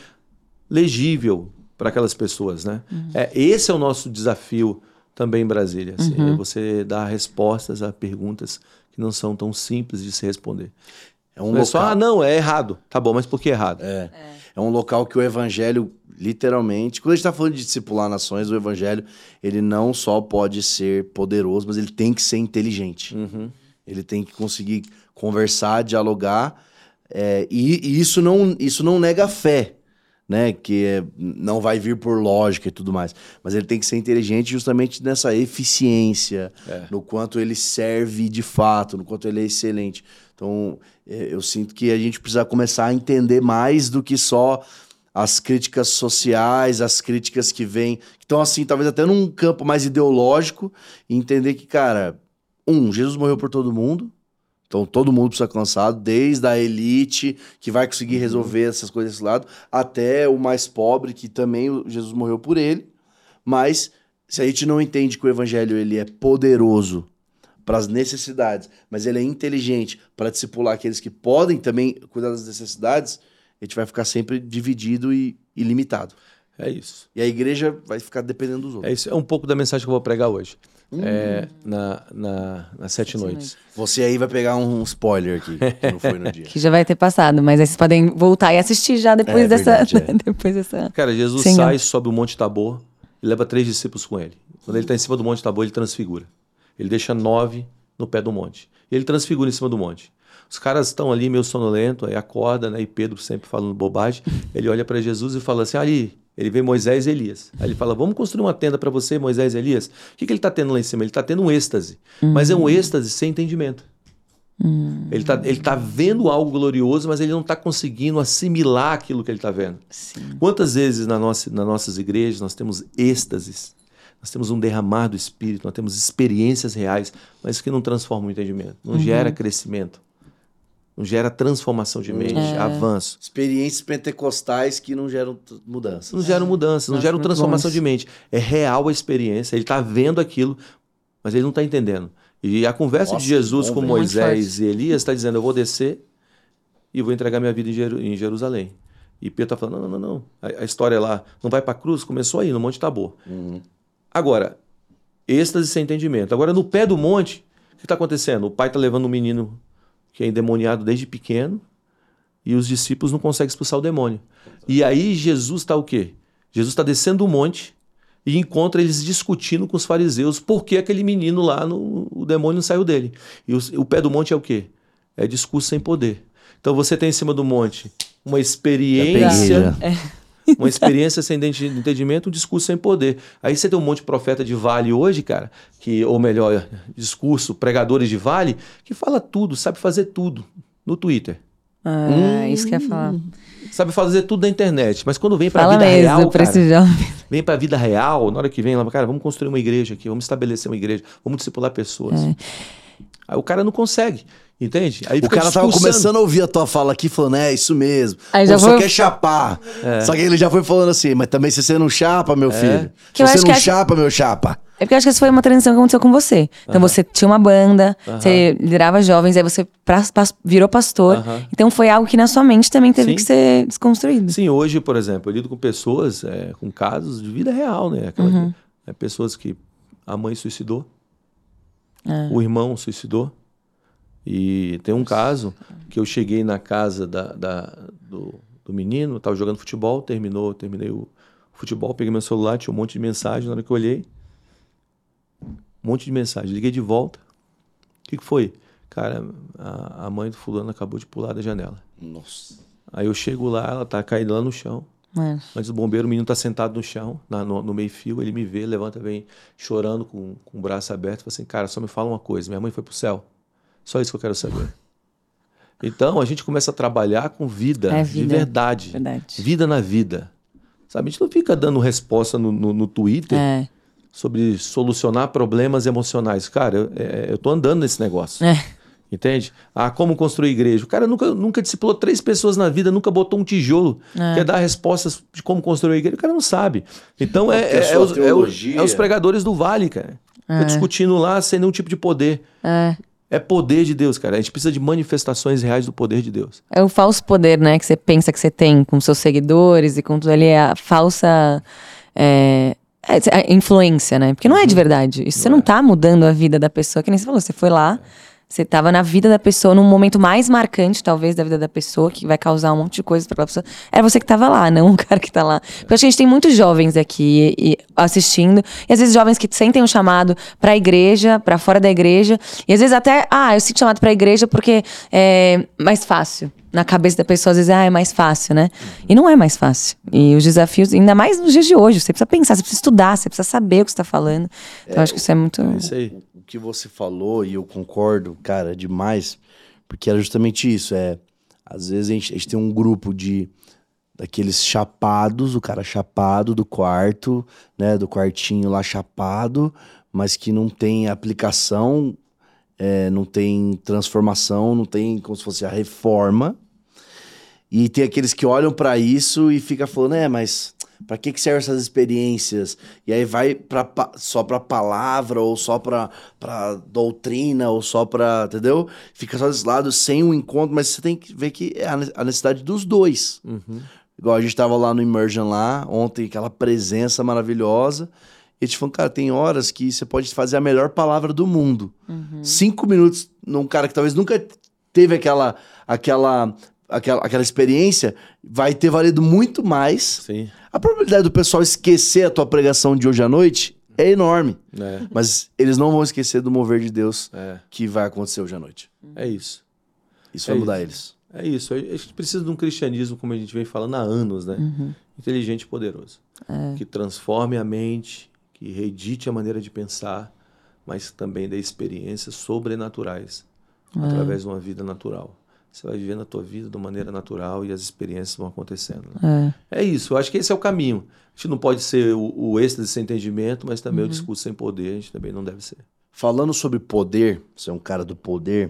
legível para aquelas pessoas, né? Uhum. É, esse é o nosso desafio também em Brasília. Assim, uhum. É você dar respostas a perguntas que não são tão simples de se responder. É um não local... é só, ah, não, é errado. Tá bom, mas por que errado? É. É. É um local que o evangelho, literalmente... Quando a gente está falando de discipular nações, o evangelho, ele não só pode ser poderoso, mas ele tem que ser inteligente. Uhum. Ele tem que conseguir conversar, dialogar. É, e, e isso, não, isso não nega a fé, né? Que é, não vai vir por lógica e tudo mais. Mas ele tem que ser inteligente justamente nessa eficiência, é. no quanto ele serve de fato, no quanto ele é excelente. Então, eu sinto que a gente precisa começar a entender mais do que só as críticas sociais, as críticas que vêm, que estão assim, talvez até num campo mais ideológico, e entender que, cara, um, Jesus morreu por todo mundo, então todo mundo precisa ser alcançado, desde a elite, que vai conseguir resolver essas coisas desse lado, até o mais pobre, que também Jesus morreu por ele, mas se a gente não entende que o evangelho ele é poderoso para as necessidades, mas ele é inteligente para discipular aqueles que podem também cuidar das necessidades, a gente vai ficar sempre dividido e, e limitado. É isso. E a igreja vai ficar dependendo dos outros. É isso. É um pouco da mensagem que eu vou pregar hoje. Hum. É, na, na, nas sete, sete noites. noites. Você aí vai pegar um spoiler aqui, que não foi no dia. Que já vai ter passado, mas aí vocês podem voltar e assistir já depois, é, dessa, verdade, é. depois dessa... Cara, Jesus Senhor. sai, sobe o Monte Tabor e leva três discípulos com ele. Quando ele está em cima do Monte Tabor, ele transfigura. Ele deixa nove no pé do monte. E ele transfigura em cima do monte. Os caras estão ali meio sonolento, aí acorda, né? E Pedro sempre falando bobagem. Ele olha para Jesus e fala assim, ali, ele vê Moisés e Elias. Aí ele fala, vamos construir uma tenda para você, Moisés e Elias. O que, que ele está tendo lá em cima? Ele está tendo um êxtase. Uhum. Mas é um êxtase sem entendimento. Uhum. Ele está ele tá vendo algo glorioso, mas ele não está conseguindo assimilar aquilo que ele está vendo. Sim. Quantas vezes na nossa, nas nossas igrejas nós temos êxtases? Nós temos um derramar do Espírito, nós temos experiências reais, mas que não transformam o entendimento, não uhum. gera crescimento, não gera transformação de mente, é. avanço. Experiências pentecostais que não geram mudanças. Não geram mudanças, não geram transformação de mente. É real a experiência, ele está vendo aquilo, mas ele não está entendendo. E a conversa Nossa, de Jesus bom, com Moisés e Elias está dizendo, eu vou descer e vou entregar minha vida em, Jer- em Jerusalém. E Pedro está falando, não, não, não, não. A, a história lá, não vai para a cruz, começou aí, no Monte Tabor. Uhum. Agora, êxtase sem entendimento. Agora, no pé do monte, o que está acontecendo? O pai está levando um menino que é endemoniado desde pequeno e os discípulos não conseguem expulsar o demônio. E aí Jesus está o quê? Jesus está descendo o monte e encontra eles discutindo com os fariseus por que aquele menino lá, no, o demônio não saiu dele. E o, o pé do monte é o quê? É discurso sem poder. Então você tem em cima do monte uma experiência... Uma experiência sem entendimento, um discurso sem poder. Aí você tem um monte de profeta de vale hoje, cara, que, ou melhor, discurso, pregadores de vale, que fala tudo, sabe fazer tudo no Twitter. Ah, Hum. isso que eu ia falar. Sabe fazer tudo na internet, mas quando vem pra Fala vida mesmo real, pra cara, esse jovem. vem pra vida real, na hora que vem lá, cara, vamos construir uma igreja aqui, vamos estabelecer uma igreja, vamos discipular pessoas. É. Aí o cara não consegue, entende? Aí O fica cara tava discursando. começando a ouvir a tua fala aqui, falando, é, isso mesmo. Aí Pô, já só foi- quer chapar. Só que ele já foi falando assim, mas também se você não chapa, meu filho. Que Se eu você acho não que essa- chapa, meu chapa. É porque eu acho que essa foi uma transição que aconteceu com você. Então você tinha uma banda, você liderava jovens, aí você pra- pas- virou pastor. Aham. Então foi algo que na sua mente também teve Sim. que ser desconstruído. Sim, hoje, por exemplo, eu lido com pessoas, é, com casos de vida real, né? Aquela, Uhum. é, pessoas que a mãe suicidou, É. o irmão suicidou. E tem um caso que eu cheguei na casa da, da- do, do menino, estava jogando futebol, terminou, terminei o futebol, peguei meu celular, tinha um monte de mensagem, na hora que eu olhei, um monte de mensagem. Liguei de volta. O que, que foi? Cara, a, a mãe do fulano acabou de pular da janela. Nossa. Aí eu chego lá, ela tá caída lá no chão. É. Antes do bombeiro, o menino tá sentado no chão, na- no, no meio-fio, ele me vê, levanta, vem chorando com, com o braço aberto, fala assim, cara, só me fala uma coisa, minha mãe foi pro céu. Só isso que eu quero saber. Então, a gente começa a trabalhar com vida, É de vida, verdade. verdade. Vida na vida. Sabe, a gente não fica dando resposta no, no, no Twitter É. sobre solucionar problemas emocionais. Cara, eu, é, eu tô andando nesse negócio. É. Entende? Ah, como construir igreja. O cara nunca, nunca discipulou três pessoas na vida, nunca botou um tijolo. É. Quer dar respostas de como construir uma igreja. O cara não sabe. Então é, Porque a é, sua é os, é, o- teologia- é os pregadores do vale, cara. Fica discutindo lá sem nenhum tipo de poder. É. É poder de Deus, cara. A gente precisa de manifestações reais do poder de Deus. É o falso poder, né? Que você pensa que você tem com seus seguidores e com tudo ali. É a falsa é, é, a influência, né? Porque não é de verdade. Isso você não tá mudando a vida da pessoa. Que nem você falou. Você foi lá, você tava na vida da pessoa, num momento mais marcante, talvez, da vida da pessoa, que vai causar um monte de coisa pra aquela pessoa. Era você que tava lá, não o cara que tá lá. Porque eu acho que a gente tem muitos jovens aqui e, assistindo. E às vezes jovens que sentem um chamado pra igreja, pra fora da igreja. E às vezes até, ah, eu sinto chamado pra igreja porque é mais fácil. Na cabeça da pessoa, às vezes, ah, é mais fácil, né? E não é mais fácil. E os desafios, ainda mais nos dias de hoje, você precisa pensar, você precisa estudar, você precisa saber o que você tá falando. Então, eu acho que isso é muito... É isso aí. O que você falou, e eu concordo, cara, é demais, porque era justamente isso, é, às vezes a gente, a gente tem um grupo de, daqueles chapados, o cara chapado do quarto, né, do quartinho lá chapado, mas que não tem aplicação, é, não tem transformação, não tem como se fosse a reforma, e tem aqueles que olham pra isso e fica falando, é, mas... Pra que que servem essas experiências? E aí vai pra, pa- só pra palavra, ou só pra, pra doutrina, ou só pra, entendeu? Fica só desse lado, sem um encontro, mas você tem que ver que é a ne- a necessidade dos dois. Igual a gente tava lá no Immersion lá, ontem, aquela presença maravilhosa, e a gente falou, cara, tem horas que você pode fazer a melhor palavra do mundo. Cinco minutos num cara que talvez nunca teve aquela, aquela, aquela, aquela experiência, vai ter valido muito mais. Sim. A probabilidade do pessoal esquecer a tua pregação de hoje à noite é enorme. É, Mas eles não vão esquecer do mover de Deus é, que vai acontecer hoje à noite. é isso. Isso É vai mudar isso. eles. É isso. A gente precisa de um cristianismo, como a gente vem falando há anos, né? Inteligente e poderoso. Que transforme a mente, que reedite a maneira de pensar, mas também dê experiências sobrenaturais através de uma vida natural. Você vai vivendo a tua vida de uma maneira natural e as experiências vão acontecendo. Né? É. isso, eu acho que esse é o caminho. A gente não pode ser o, o êxtase sem entendimento, mas também o discurso sem poder, a gente também não deve ser. Falando sobre poder, você é um cara do poder,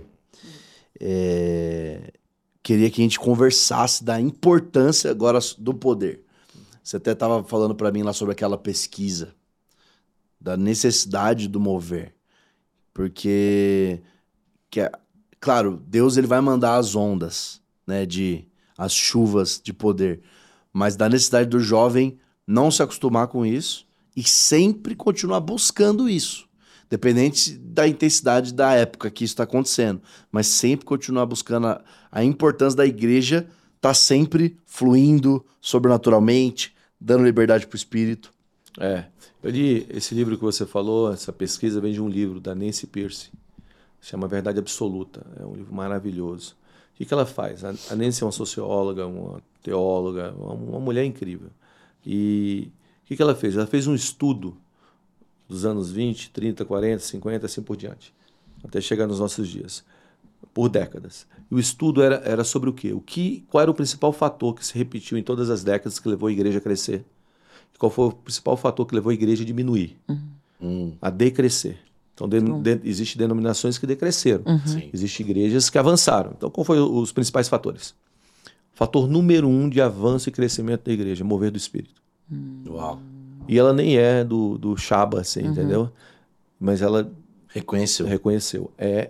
é, queria que a gente conversasse da importância agora do poder. Você até estava falando para mim lá sobre aquela pesquisa, da necessidade do mover. Porque, que é, claro, Deus ele vai mandar as ondas, né, de, as chuvas de poder, mas da necessidade do jovem não se acostumar com isso e sempre continuar buscando isso. Dependente da intensidade da época que isso está acontecendo. Mas sempre continuar buscando a, a importância da igreja estar tá sempre fluindo sobrenaturalmente, dando liberdade para o Espírito. É, eu li esse livro que você falou, essa pesquisa vem de um livro da Nancy Pearcey, chama Verdade Absoluta, é um livro maravilhoso. O que, que ela faz? A, a Nancy é uma socióloga, uma teóloga, uma, uma mulher incrível. E o que, que ela fez? Ela fez um estudo dos anos vinte, trinta, quarenta, cinquenta, assim por diante, até chegar nos nossos dias. por décadas. E o estudo era, era sobre o quê? O que? Qual era o principal fator que se repetiu em todas as décadas que levou a igreja a crescer? E qual foi o principal fator que levou a igreja a diminuir? Uhum. Hum. A decrescer. Então, de, de, existem denominações que decresceram. Uhum. Existem igrejas que avançaram. Então, qual foram os principais fatores? Fator número um de avanço e crescimento da igreja, mover do Espírito. Uhum. Uau. E ela nem é do, do Shaba, assim, Uhum. entendeu? Mas ela Reconheceu. reconheceu. É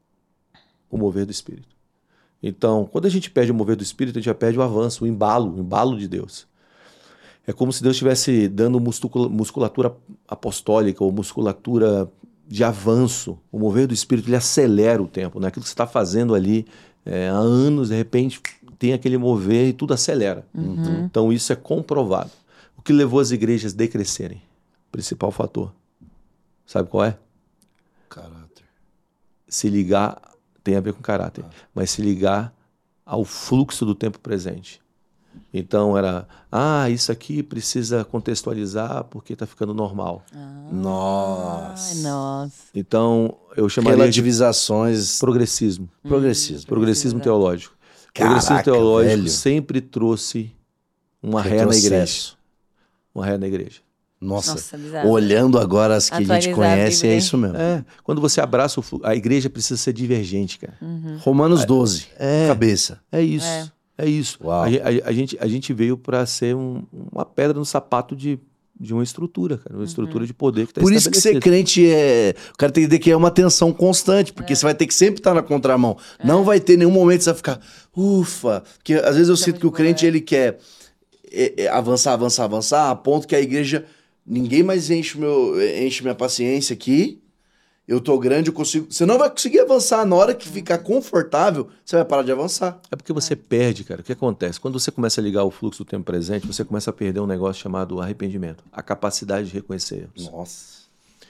o mover do Espírito. Então, quando a gente perde o mover do Espírito, a gente já perde o avanço, o embalo, o embalo de Deus. É como se Deus estivesse dando musculatura apostólica ou musculatura de avanço. O mover do Espírito, ele acelera o tempo, né? Aquilo que você está fazendo ali é, há anos, de repente tem aquele mover e tudo acelera. Uhum. Então isso é comprovado. O que levou as igrejas a decrescerem? Principal fator. Sabe qual é? Caráter. Se ligar, tem a ver com caráter, ah. mas se ligar ao fluxo do tempo presente. Então era, ah, isso aqui precisa contextualizar porque está ficando normal. Ah, nossa. nossa. Então eu chamaria relativizações. de progressismo. Hum, progressismo. Progressismo teológico. Caraca, progressismo teológico velho. sempre trouxe uma ré na igreja. Uma ré na igreja. Nossa, Nossa, bizarro. Olhando agora as que a gente Atualizar conhece, a é Bíblia. isso mesmo. É, quando você abraça o fluxo, a igreja precisa ser divergente, cara. Uhum. Romanos doze, É. cabeça. É isso. É. É isso. Uau. A, a- a gente, a gente veio para ser um- uma pedra no sapato de, de uma estrutura, cara. Uma estrutura de poder que está Por isso que ser crente é... O cara tem que entender que é uma tensão constante, porque você vai ter que sempre estar na contramão. Não vai ter nenhum momento que você vai ficar, ufa. Porque às vezes eu sinto que o crente, ele quer é, é, avançar, avançar, avançar, a ponto que a igreja... Ninguém mais enche, o meu, enche minha paciência aqui. Eu tô grande, eu consigo... Você não vai conseguir avançar. Na hora que ficar confortável, você vai parar de avançar. É porque você perde, cara. O que acontece? Quando você começa a ligar o fluxo do tempo presente, você começa a perder um negócio chamado arrependimento. A capacidade de reconhecer erros. Nossa.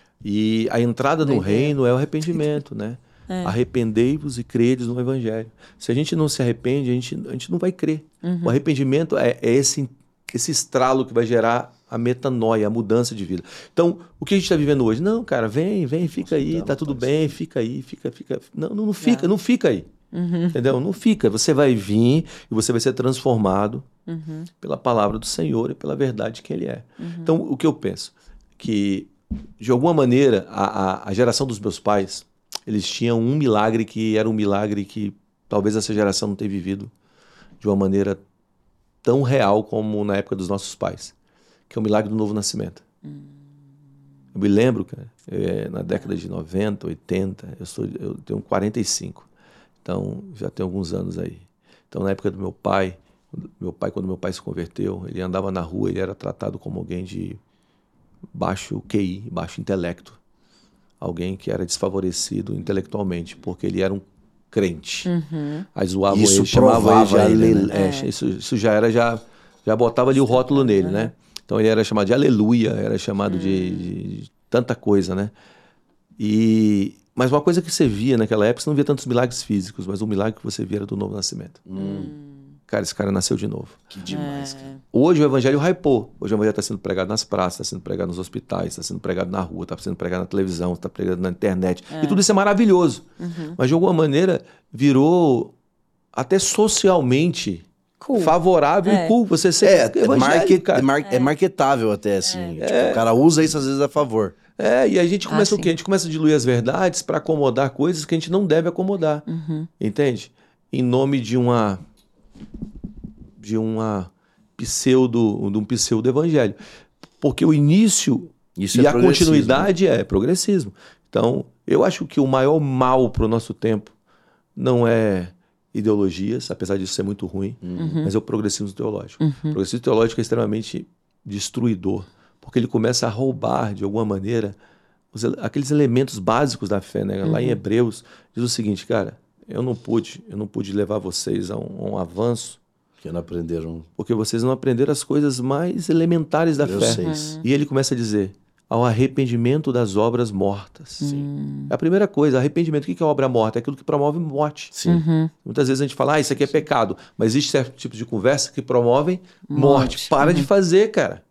E a entrada no Doideira. reino é o arrependimento, né? É. Arrependei-vos e credes no evangelho. Se a gente não se arrepende, a gente, a gente não vai crer. Uhum. O arrependimento é, é esse, esse estralo que vai gerar a metanoia, a mudança de vida. Então, o que a gente está vivendo hoje? Não, cara, vem, vem, fica aí, não, tá tudo pode bem, ser. fica aí, fica, fica. Não, não, não fica, Não. não fica aí. Uhum. Entendeu? Não fica. Você vai vir e você vai ser transformado Uhum. pela palavra do Senhor e pela verdade que Ele é. Uhum. Então, o que eu penso? Que, de alguma maneira, a, a, a geração dos meus pais, eles tinham um milagre que era um milagre que talvez essa geração não tenha vivido de uma maneira tão real como na época dos nossos pais, que é o milagre do novo nascimento. Hum. Eu me lembro, cara, é, na década de noventa, oitenta, eu, sou, eu tenho quarenta e cinco, então já tem alguns anos aí. Então, na época do meu pai, meu pai, quando meu pai se converteu, ele andava na rua, ele era tratado como alguém de baixo Q I, baixo intelecto. Alguém que era desfavorecido intelectualmente, porque ele era um crente. Uhum. Aí zoavam Isso ele, chamavam ele de provava ele, ale... né? é, isso, isso já era, já, já botava ali o rótulo nele, né? Então ele era chamado de aleluia, era chamado de, de, de tanta coisa, né? E... Mas uma coisa que você via naquela época, você não via tantos milagres físicos, mas o milagre que você via era do novo nascimento. Hum, Cara, esse cara nasceu de novo. que demais, cara. Hoje o evangelho hypou. Hoje o evangelho está sendo pregado nas praças, está sendo pregado nos hospitais, está sendo pregado na rua, está sendo pregado na televisão, está pregado na internet. E tudo isso é maravilhoso. Uhum. Mas de alguma maneira virou até socialmente Cool. favorável É. e cool você ser É, é, evangélico, market, cara. é, mar- é marketável até, assim. Tipo, o cara usa isso às vezes a favor. É, e a gente começa Ah, o quê? A gente começa a diluir as verdades para acomodar coisas que a gente não deve acomodar. Uhum. Entende? Em nome de uma de uma pseudo de um pseudo evangelho. Porque o início Isso e é a progressismo. continuidade é progressismo. Então, eu acho que o maior mal para o nosso tempo não é ideologias, apesar disso ser muito ruim, Uhum. mas é o progressismo teológico. O progressismo teológico é extremamente destruidor, porque ele começa a roubar, de alguma maneira, os ele- aqueles elementos básicos da fé, né? Lá em Hebreus diz o seguinte, cara, eu não pude, eu não pude levar vocês a um, a um avanço Que não aprenderam. porque vocês não aprenderam as coisas mais elementares da Eu fé. sei isso. E ele começa a dizer, ao arrependimento das obras mortas. Sim. É a primeira coisa, arrependimento. O que é obra morta? É aquilo que promove morte. Sim. Uhum. Muitas vezes a gente fala, ah, isso aqui é pecado. Mas existe certo tipo de conversa que promovem morte. Morte. Para de fazer, cara.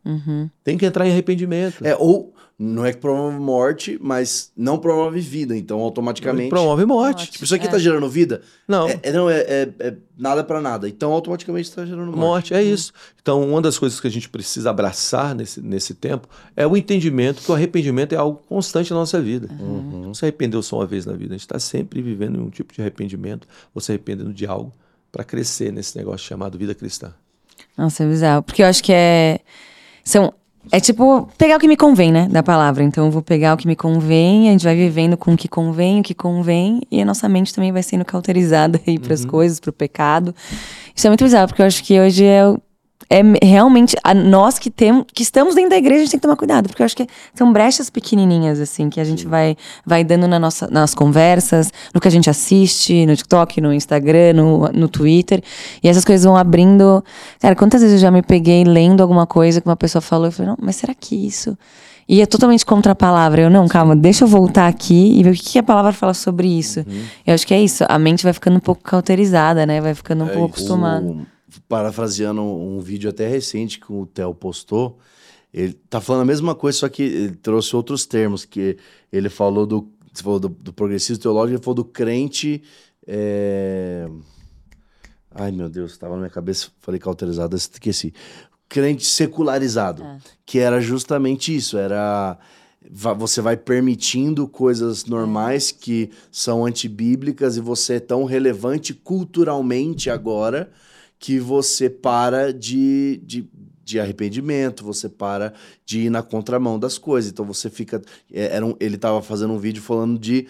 Uhum. Tem que entrar em arrependimento. É, ou não é que promove morte, mas não promove vida. Então, automaticamente... Promove morte. Tipo, isso aqui É. tá gerando vida? Não. É, é, não, é, é, é nada pra nada. Então, automaticamente tá gerando morte. Morte, é isso. Então, uma das coisas que a gente precisa abraçar nesse, nesse tempo é o entendimento que o arrependimento é algo constante na nossa vida. Uhum. Não se arrependeu só uma vez na vida. A gente está sempre vivendo um tipo de arrependimento, ou se arrependendo de algo, para crescer nesse negócio chamado vida cristã. Nossa, é bizarro. Porque eu acho que é... São... É tipo, pegar o que me convém, né, da palavra. Então eu vou pegar o que me convém, a gente vai vivendo com o que convém, o que convém, e a nossa mente também vai sendo cauterizada aí pras Uhum. coisas, pro pecado. Isso é muito bizarro, porque eu acho que hoje é, o- é realmente, a, nós que, tem, que estamos dentro da igreja, a gente tem que tomar cuidado, porque eu acho que são brechas pequenininhas, assim, que a gente vai, vai dando na nossa, nas conversas, no que a gente assiste, no TikTok, no Instagram, no, no Twitter, e essas coisas vão abrindo. Cara, quantas vezes eu já me peguei lendo alguma coisa que uma pessoa falou, e eu falei, não, mas será que isso... E é totalmente contra a palavra. Eu, não, calma, deixa eu voltar aqui e ver o que, que a palavra fala sobre isso. Uhum. Eu acho que é isso, a mente vai ficando um pouco cauterizada, né, vai ficando um É pouco isso. acostumada. O- parafraseando um vídeo até recente que o Theo postou, ele tá falando a mesma coisa, só que ele trouxe outros termos, que ele falou do, você falou do, do progressismo teológico, ele falou do crente... é, Ai, meu Deus, tava na minha cabeça, falei cauterizado, esqueci. Crente secularizado, É. que era justamente isso, era... va- Você vai permitindo coisas normais que são antibíblicas e você é tão relevante culturalmente agora que você para de, de, de arrependimento, você para de ir na contramão das coisas. Então você fica... é, Era um, ele estava fazendo um vídeo falando de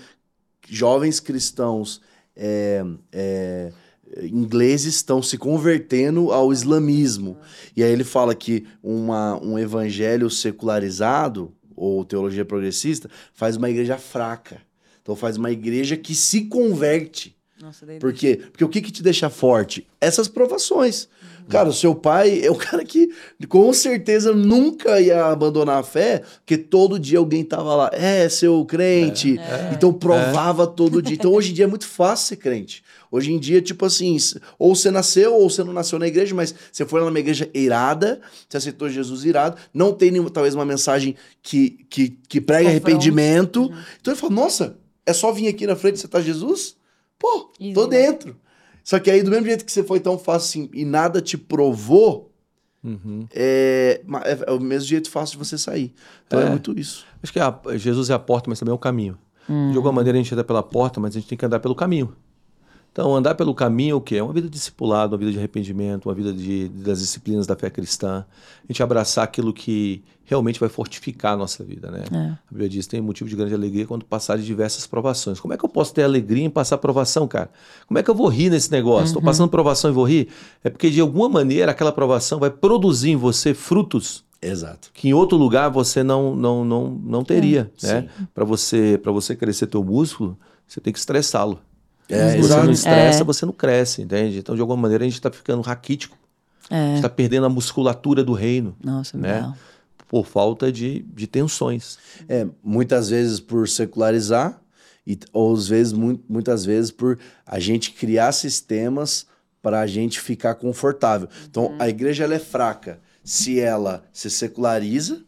jovens cristãos é, é, ingleses estão se convertendo ao islamismo. E aí ele fala que uma, um evangelho secularizado, ou teologia progressista, faz uma igreja fraca. Então faz uma igreja que se converte. Nossa, daí Por quê? Porque o que, que te deixa forte? Essas provações. Cara, o seu pai é um cara que com certeza nunca ia abandonar a fé, porque todo dia alguém tava lá, é, seu crente. É. Então provava todo dia. Então hoje em dia é muito fácil ser crente. Hoje em dia, tipo assim, ou você nasceu ou você não nasceu na igreja, mas você foi lá numa igreja irada, você aceitou Jesus irado, não tem nenhuma, talvez uma mensagem que, que, que prega Confronte. arrependimento. Uhum. Então ele fala, nossa, é só vir aqui na frente e você tá Jesus? Pô, Easy, tô né? dentro. Só que aí, do mesmo jeito que você foi tão fácil assim, e nada te provou, Uhum. é, ma- é- é o mesmo jeito fácil de você sair. Então é, É. muito isso. Acho que a- Jesus é a porta, mas também é o caminho. Hum. De alguma maneira a gente anda pela porta, mas a gente tem que andar pelo caminho. Então, andar pelo caminho é o quê? É uma vida de discipulado, uma vida de arrependimento, uma vida de, das disciplinas da fé cristã. A gente abraçar aquilo que realmente vai fortificar a nossa vida, né? É. A Bíblia diz, tem motivo de grande alegria quando passar de diversas provações. Como é que eu posso ter alegria em passar provação, cara? Como é que eu vou rir nesse negócio? Estou passando provação e vou rir? É porque, de alguma maneira, aquela provação vai produzir em você frutos Exato. que em outro lugar você não, não, não, não teria, né? Para você, para você crescer teu músculo, você tem que estressá-lo. É, Se você exato. não estressa, É. você não cresce, entende? Então, de alguma maneira, a gente está ficando raquítico. A gente É. está perdendo a musculatura do reino, Nossa, né? bizarro. Por falta de, de tensões. É, muitas vezes por secularizar, e, ou às vezes, mu- muitas vezes por a gente criar sistemas para a gente ficar confortável. Então, a igreja ela é fraca se ela se seculariza,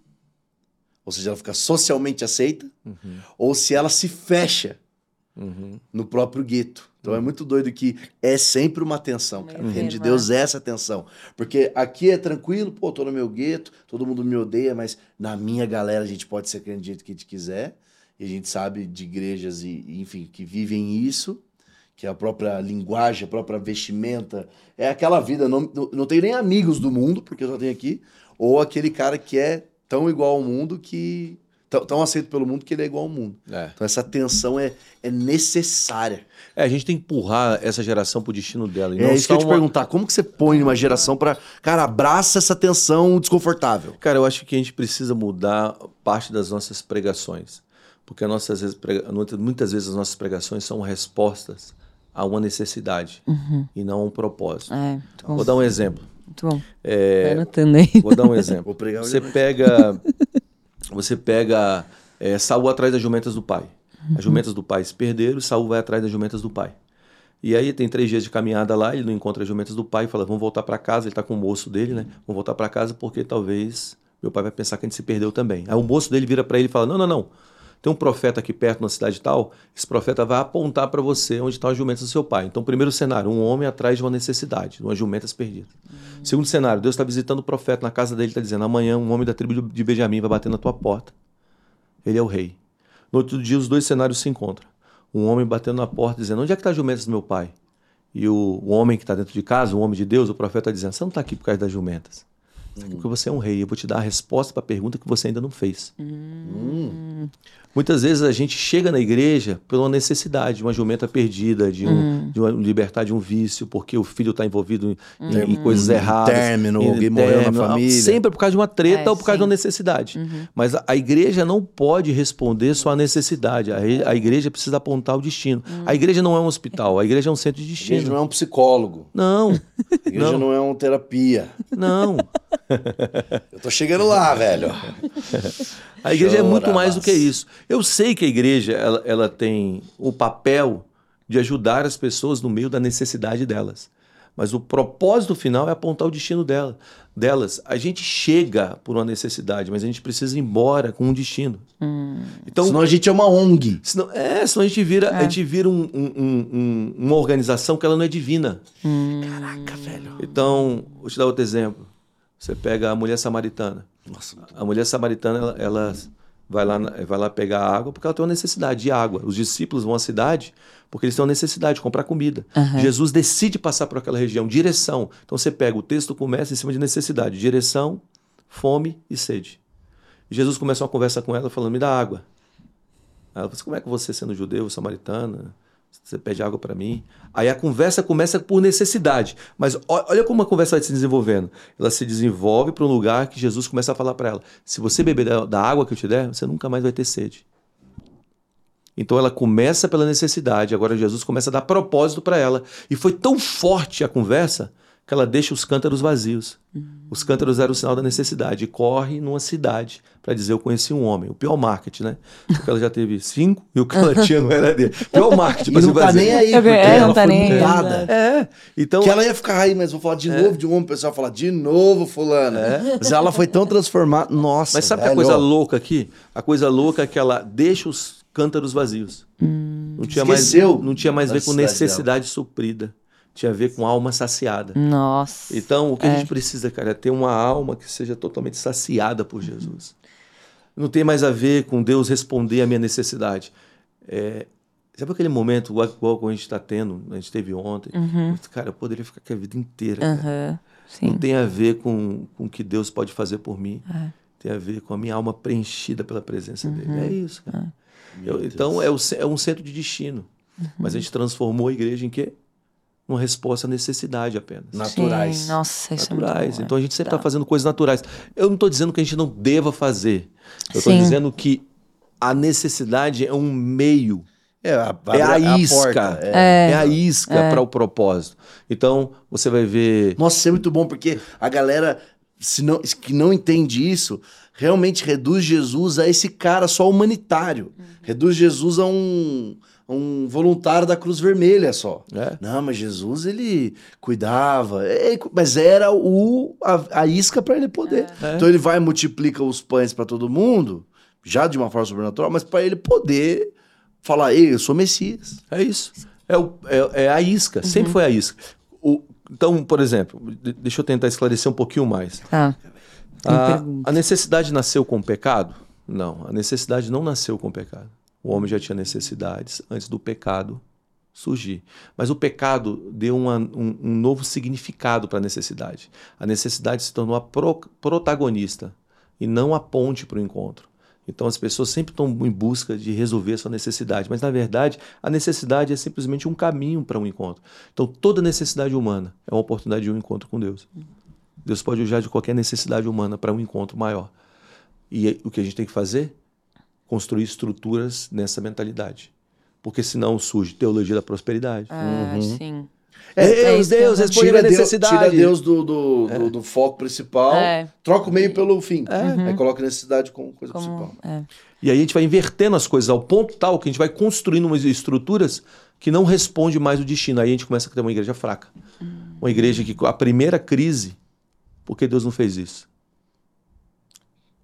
ou seja, ela fica socialmente aceita, ou se ela se fecha Uhum. no próprio gueto. Então é muito doido que é sempre uma tensão, cara. O reino de termo, Deus é essa tensão. Porque aqui é tranquilo, pô, tô no meu gueto, todo mundo me odeia, mas na minha galera a gente pode ser crente do jeito que a gente quiser. E a gente sabe de igrejas, e, e, enfim, que vivem isso, que é a própria linguagem, a própria vestimenta. É aquela vida, não, não, não tenho nem amigos do mundo, porque eu só tenho aqui, ou aquele cara que é tão igual ao mundo que... Tão, tão aceito pelo mundo que ele é igual ao mundo. É. Então essa tensão é, é necessária. É, a gente tem que empurrar essa geração pro destino dela. E É não isso que eu ia te só uma- perguntar. Como que você põe uma geração pra... Cara, abraça essa tensão desconfortável. Cara, eu acho que a gente precisa mudar parte das nossas pregações. Porque nossas vezes, prega- muitas vezes as nossas pregações são respostas a uma necessidade e não a um propósito. É, muito bom. Vou dar um exemplo. Muito bom. Vai É, anotando aí. vou dar um exemplo. Vou pregar Você hoje. pega, você pega é, Saul atrás das jumentas do pai. As jumentas do pai se perderam, Saul vai atrás das jumentas do pai. E aí tem três dias de caminhada lá, ele não encontra as jumentas do pai, fala, vamos voltar para casa, ele está com o moço dele, né? Vamos voltar para casa porque talvez meu pai vai pensar que a gente se perdeu também. Aí o moço dele vira para ele e fala, não, não, não, tem um profeta aqui perto, na cidade tal, esse profeta vai apontar para você onde estão as jumentas do seu pai. Então, primeiro cenário, um homem atrás de uma necessidade, de umas jumentas perdidas. Uhum. Segundo cenário, Deus está visitando o profeta na casa dele, está dizendo, amanhã um homem da tribo de Benjamim vai bater na tua porta. Ele é o rei. No outro dia, os dois cenários se encontram. Um homem batendo na porta, dizendo, onde é que está as jumentas do meu pai? E o, o homem que está dentro de casa, o homem de Deus, o profeta está dizendo, você não está aqui por causa das jumentas. Você está aqui porque você é um rei. Eu vou te dar a resposta para a pergunta que você ainda não fez. Hum. Muitas vezes a gente chega na igreja por uma necessidade, uma jumenta perdida, de, um, hum. de uma, libertar de um vício, porque o filho está envolvido em, hum. em coisas erradas. Término, alguém morreu na família. Sempre por causa de uma treta é, ou por causa sim. de uma necessidade. Uhum. Mas a, a igreja não pode responder só à necessidade. A, a igreja precisa apontar o destino. Hum. A igreja não é um hospital, a igreja é um centro de destino. A igreja não é um psicólogo. Não. A igreja não, não é uma terapia. Não. Eu tô chegando lá, velho. A igreja Chora, é muito mais mas... do que isso. Eu sei que a igreja ela, ela tem o papel de ajudar as pessoas no meio da necessidade delas. Mas o propósito final é apontar o destino dela, delas. A gente chega por uma necessidade, mas a gente precisa ir embora com um destino. Hum. Então, senão a gente é uma O N G. Senão, é, senão a gente vira, é. a gente vira um, um, um, uma organização que ela não é divina. Hum. Caraca, velho. Então, vou te dar outro exemplo. Você pega a mulher samaritana. Nossa, a mulher samaritana, ela, ela vai, lá, vai lá pegar água porque ela tem uma necessidade de água. Os discípulos vão à cidade porque eles têm uma necessidade de comprar comida. Uhum. Jesus decide passar por aquela região, direção. Então você pega, o texto começa em cima de necessidade, direção, fome e sede. E Jesus começa uma conversa com ela falando, me dá água. Ela fala assim, como é que você, sendo judeu, samaritana, você pede água para mim? Aí a conversa começa por necessidade. Mas olha como a conversa vai se desenvolvendo. Ela se desenvolve para um lugar que Jesus começa a falar para ela, se você beber da, da água que eu te der, você nunca mais vai ter sede. Então ela começa pela necessidade, agora Jesus começa a dar propósito para ela. E foi tão forte a conversa que ela deixa os cântaros vazios. Uhum. Os cântaros eram o sinal da necessidade. E corre numa cidade para dizer, eu conheci um homem. O pior marketing, né? Porque ela já teve cinco e o que ela tinha não era dele. Pior marketing. E não tá nem aí, porque é, ela não tá foi nem mudada. É. Então, que ela ia ficar aí, mas vou falar de é. novo de um homem. O pessoal vai falar, de novo, fulana. É. Mas ela foi tão transformada. Nossa, mas sabe velho. que a coisa louca aqui? A coisa louca é que ela deixa os cântaros vazios. Hum. Não tinha Esqueceu mais, não tinha mais a ver com necessidade dela. Suprida. Tinha a ver com alma saciada. Nossa. Então, o que é. a gente precisa, cara, é ter uma alma que seja totalmente saciada por Jesus. Não tem mais a ver com Deus responder à minha necessidade. É, sabe aquele momento, igual que a gente está tendo, a gente teve ontem? Uhum. Cara, eu poderia ficar aqui a vida inteira. Uhum. Sim. Não tem a ver com, com o que Deus pode fazer por mim. É. Tem a ver com a minha alma preenchida pela presença uhum. dele. É isso, cara. É. Eu, então, é, o, é um centro de destino. Uhum. Mas a gente transformou a igreja em quê? Uma resposta à necessidade apenas. Naturais. Sim, nossa, isso naturais. É muito bom, então a gente sempre está tá. fazendo coisas naturais. Eu não estou dizendo que a gente não deva fazer. Eu estou dizendo que a necessidade é um meio. É a, a, é a, a isca. Porta, é. é a isca é. para o propósito. Então você vai ver. Nossa, isso é muito bom, porque a galera se não, que não entende isso realmente reduz Jesus a esse cara só humanitário. Uhum. Reduz Jesus a um. um voluntário da Cruz Vermelha só. É. Não, mas Jesus, ele cuidava. É, mas era o, a, a isca para ele poder. É. Então ele vai e multiplica os pães para todo mundo, já de uma forma sobrenatural, mas para ele poder falar, ei, eu sou Messias. É isso. É, o, é, é a isca. Uhum. Sempre foi a isca. O, então, por exemplo, deixa eu tentar esclarecer um pouquinho mais. Ah, a, a necessidade nasceu com o pecado? Não, a necessidade não nasceu com o pecado. O homem já tinha necessidades antes do pecado surgir. Mas o pecado deu uma, um, um novo significado para a necessidade. A necessidade se tornou a pro, protagonista e não a ponte para o encontro. Então as pessoas sempre estão em busca de resolver a sua necessidade. Mas, na verdade, a necessidade é simplesmente um caminho para um encontro. Então toda necessidade humana é uma oportunidade de um encontro com Deus. Deus pode usar de qualquer necessidade humana para um encontro maior. E o que a gente tem que fazer? Construir estruturas nessa mentalidade. Porque senão surge teologia da prosperidade. Ah, uhum. Sim. É, Deus, Deus, responde a necessidade. Tira Deus do, do, é. do, do foco principal, é. troca o meio pelo fim. É. Uhum. Aí coloca a necessidade como coisa como, principal. É. E aí a gente vai invertendo as coisas ao ponto tal que a gente vai construindo umas estruturas que não respondem mais o destino. Aí a gente começa a ter uma igreja fraca. Uhum. Uma igreja que a primeira crise, por que Deus não fez isso?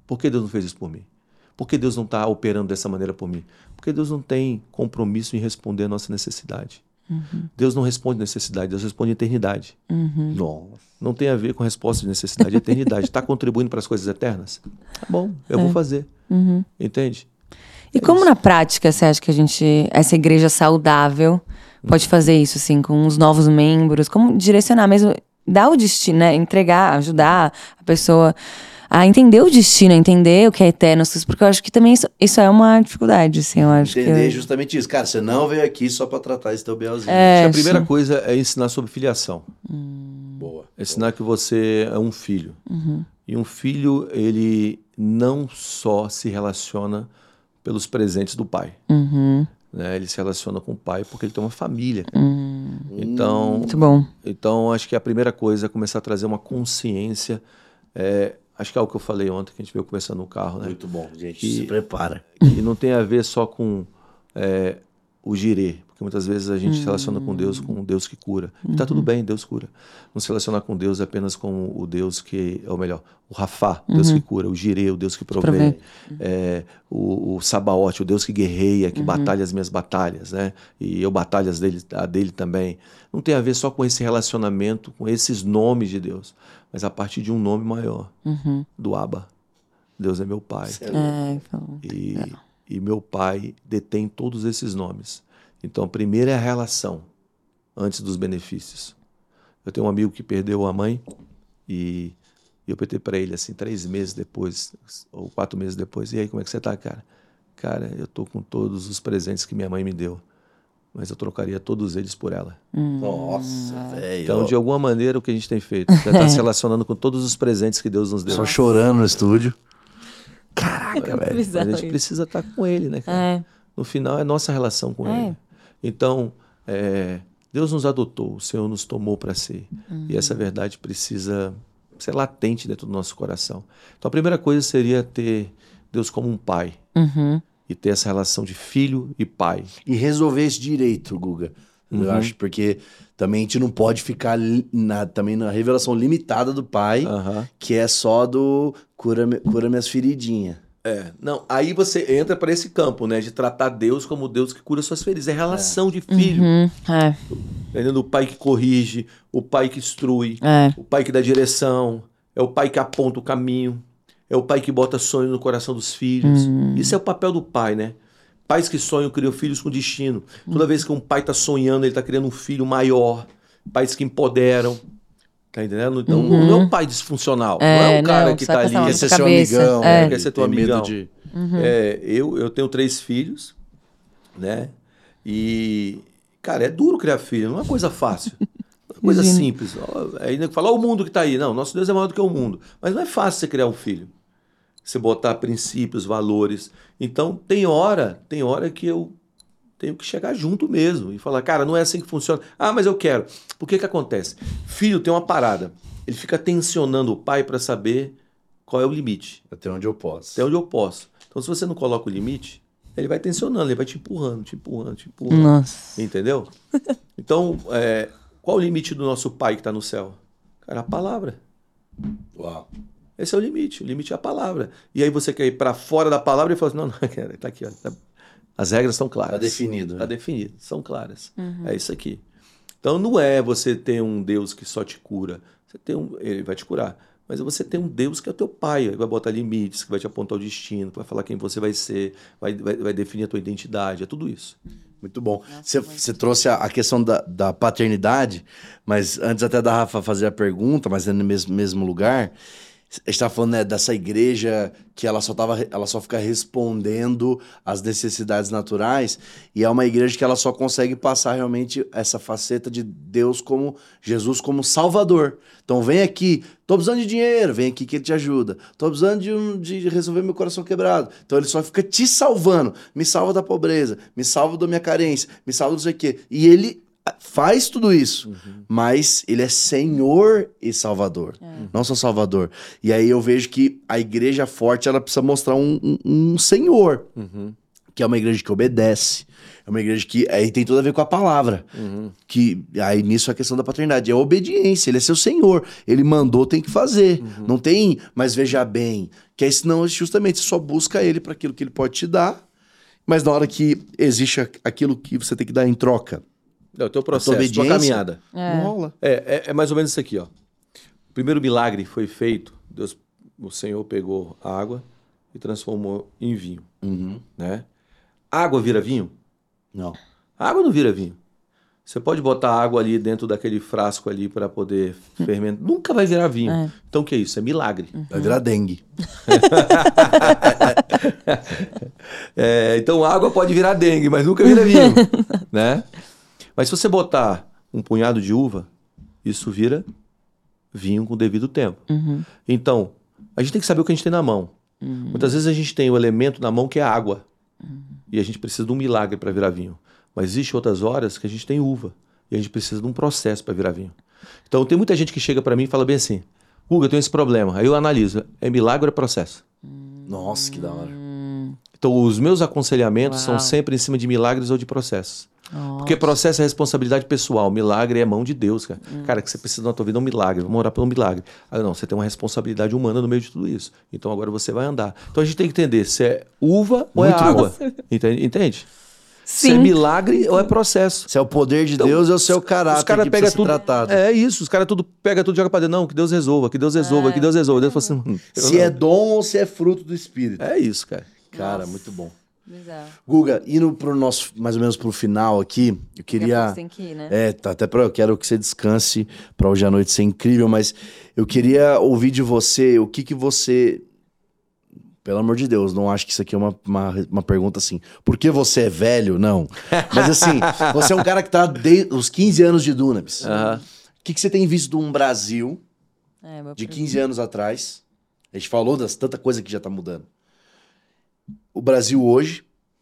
Por que Deus não fez isso por mim? Por que Deus não está operando dessa maneira por mim? Porque Deus não tem compromisso em responder a nossa necessidade. Uhum. Deus não responde necessidade, Deus responde eternidade. Uhum. Não, não tem a ver com resposta de necessidade, é eternidade. Está contribuindo para as coisas eternas? Tá bom, eu é. vou fazer. Uhum. Entende? E é como isso. na prática você acha que a gente, essa igreja saudável, pode fazer isso, assim, com os novos membros? Como direcionar mesmo, dar o destino, né? Entregar, ajudar a pessoa a entender o destino, a entender o que é eterno, porque eu acho que também isso, isso é uma dificuldade, assim, eu acho Entender que eu... justamente isso. Cara, você não veio aqui só pra tratar esse teu belzinho. É, a primeira sim. coisa é ensinar sobre filiação. Hum. Boa. Ensinar que você é um filho. Uhum. E um filho, ele não só se relaciona pelos presentes do pai. Uhum. Né? Ele se relaciona com o pai porque ele tem uma família. Hum. Então, muito bom. Então, acho que a primeira coisa é começar a trazer uma consciência. É, acho que é o que eu falei ontem, que a gente veio conversando no carro. Né? Muito bom, gente. E, se prepara. E não tem a ver só com é, o girê. Porque muitas vezes a gente hum. se relaciona com Deus, com um Deus que cura. E tá tudo bem, Deus cura. Não se relacionar com Deus apenas com o Deus que... Ou melhor, o Rafá, o Deus uhum. que cura. O girê, o Deus que provê. provê. É, o, o Sabaote, o Deus que guerreia, que uhum. batalha as minhas batalhas. Né? E eu batalho as dele, a dele também. Não tem a ver só com esse relacionamento, com esses nomes de Deus. Mas a partir de um nome maior. Uhum. Do Abba. Deus é meu pai. É, e, e meu pai detém todos esses nomes. Então, a primeira é a relação, antes dos benefícios. Eu tenho um amigo que perdeu a mãe e eu perguntei para ele, assim, três meses depois, ou quatro meses depois, e aí, como é que você tá, cara? Cara, eu tô com todos os presentes que minha mãe me deu, mas eu trocaria todos eles por ela. Hum. Nossa, velho. Então, de alguma maneira, o que a gente tem feito? Já tá se relacionando com todos os presentes que Deus nos deu. Só chorando no estúdio. Caraca, é, velho. A gente precisa estar com ele, né, cara? É. No final, é nossa relação com é. ele. Então, é, Deus nos adotou, o Senhor nos tomou para si. Uhum. E essa verdade precisa ser latente dentro do nosso coração. Então, a primeira coisa seria ter Deus como um pai. Uhum. E ter essa relação de filho e pai. E resolver esse direito, Guga. Uhum. Eu acho, porque também a gente não pode ficar na, também na revelação limitada do pai, uhum. que é só do cura, cura minhas feridinhas. É, não, aí você entra para esse campo, né, de tratar Deus como Deus que cura suas feridas. É relação é. de filho. Uhum, é. Entendendo? O pai que corrige, o pai que instrui, é. o pai que dá direção, é o pai que aponta o caminho, é o pai que bota sonho no coração dos filhos. Uhum. Isso é o papel do pai, né? Pais que sonham criam filhos com destino. Toda uhum. vez que um pai está sonhando, ele está criando um filho maior. Pais que empoderam. Tá entendendo? Então, uhum. não é um pai disfuncional. É, não é um cara não, que tá ali. Quer ser seu amigão. É. É, quer ser teu amigão. De... Uhum. É, eu, eu tenho três filhos, né? E, cara, é duro criar filho. Não é uma coisa fácil. Não é uma coisa Imagina. simples. Ainda falar o mundo que tá aí. Não, nosso Deus é maior do que o mundo. Mas não é fácil você criar um filho. Você botar princípios, valores. Então, tem hora, tem hora que eu tenho que chegar junto mesmo e falar, cara, não é assim que funciona. Ah, mas eu quero. Por que que acontece? Filho tem uma parada. Ele fica tensionando o pai para saber qual é o limite. Até onde eu posso. Até onde eu posso. Então, se você não coloca o limite, ele vai tensionando, ele vai te empurrando, te empurrando, te empurrando. Nossa. Entendeu? Então, é, qual o limite do nosso pai que está no céu? Cara, a palavra. Uau. Esse é o limite. O limite é a palavra. E aí você quer ir para fora da palavra e fala assim, não, não, cara, tá aqui, ó. Tá... As regras estão claras. Está definido. Está né? definido, são claras. Uhum. É isso aqui. Então não é você ter um Deus que só te cura. Você tem um, ele vai te curar. Mas você tem um Deus que é o teu pai. Ele vai botar limites, que vai te apontar o destino, que vai falar quem você vai ser, vai, vai, vai definir a tua identidade. É tudo isso. Muito bom. Você, você trouxe a, a questão da, da paternidade, mas antes até da Rafa fazer a pergunta, mas é no mesmo, mesmo lugar... A gente está falando, né, dessa igreja que ela só, tava, ela só fica respondendo às necessidades naturais, e é uma igreja que ela só consegue passar realmente essa faceta de Deus como, Jesus como Salvador. Então vem aqui, tô precisando de dinheiro, vem aqui que ele te ajuda. Tô precisando de, um, de resolver meu coração quebrado. Então ele só fica te salvando. Me salva da pobreza, me salva da minha carência, me salva do sei o quê. E ele... faz tudo isso, uhum. mas ele é Senhor e Salvador, é. não só Salvador. E aí eu vejo que a igreja forte, ela precisa mostrar um, um, um Senhor, uhum. que é uma igreja que obedece, É uma igreja que aí tem tudo a ver com a palavra. Uhum. Que aí nisso é a questão da paternidade. É a obediência, ele é seu senhor. Ele mandou, tem que fazer. Uhum. Não tem, mas veja bem. Que aí senão justamente você só busca ele para aquilo que ele pode te dar. Mas na hora que existe aquilo que você tem que dar em troca. É o teu processo, a tua caminhada. É. Não rola. É, é, é mais ou menos isso aqui, ó. O primeiro milagre foi feito, Deus, o Senhor pegou a água e transformou em vinho, Uhum. né? Água vira vinho? Não. A água não vira vinho. Você pode botar água ali dentro daquele frasco ali para poder fermentar. Nunca vai virar vinho. É. Então o que é isso? É milagre. Vai virar dengue. É, então água pode virar dengue, mas nunca vira vinho, né? Mas se você botar um punhado de uva, isso vira vinho com o devido tempo. Uhum. Então, a gente tem que saber o que a gente tem na mão. Uhum. Muitas vezes a gente tem o elemento na mão que é a água. Uhum. E a gente precisa de um milagre para virar vinho. Mas existem outras horas que a gente tem uva. E a gente precisa de um processo para virar vinho. Então tem muita gente que chega para mim e fala bem assim: Hugo, eu tenho esse problema. Aí eu analiso. É milagre ou é processo? Nossa, que da hora. Então os meus aconselhamentos Uau. são sempre em cima de milagres ou de processos. Nossa. Porque processo é responsabilidade pessoal. Milagre é mão de Deus, cara. Hum. Cara, que você precisa na tua vida é um milagre. Vamos orar pelo milagre. Ah, não, você tem uma responsabilidade humana no meio de tudo isso. Então agora você vai andar. Então a gente tem que entender se é uva ou é Muito água. Entende? Entende? Se é Sim. milagre ou é processo. Se é o poder de Então, Deus, é o seu caráter Os caras que pegam precisa ser tudo. tratado. É isso, os caras tudo pega tudo e joga pra dentro. Não, que Deus resolva, que Deus resolva, É. que Deus resolva. Deus fala assim, hum, eu Se não. é dom ou se é fruto do Espírito. É isso, cara. Cara, Nossa. muito bom. Bizarro. Guga, indo pro nosso, mais ou menos pro final aqui, eu Daqui a pouco queria... você tem que ir, né? É, tá, até pra, eu quero que você descanse pra hoje à noite ser incrível, mas eu queria ouvir de você o que que você... Pelo amor de Deus, não acho que isso aqui é uma, uma, uma pergunta assim, por que você é velho? Não. Mas assim, você é um cara que tá desde os quinze anos de Dunamis. Aham. O que que você tem visto de um Brasil É, boa de pergunta. quinze anos atrás? A gente falou das tanta coisa que já tá mudando. O Brasil hoje.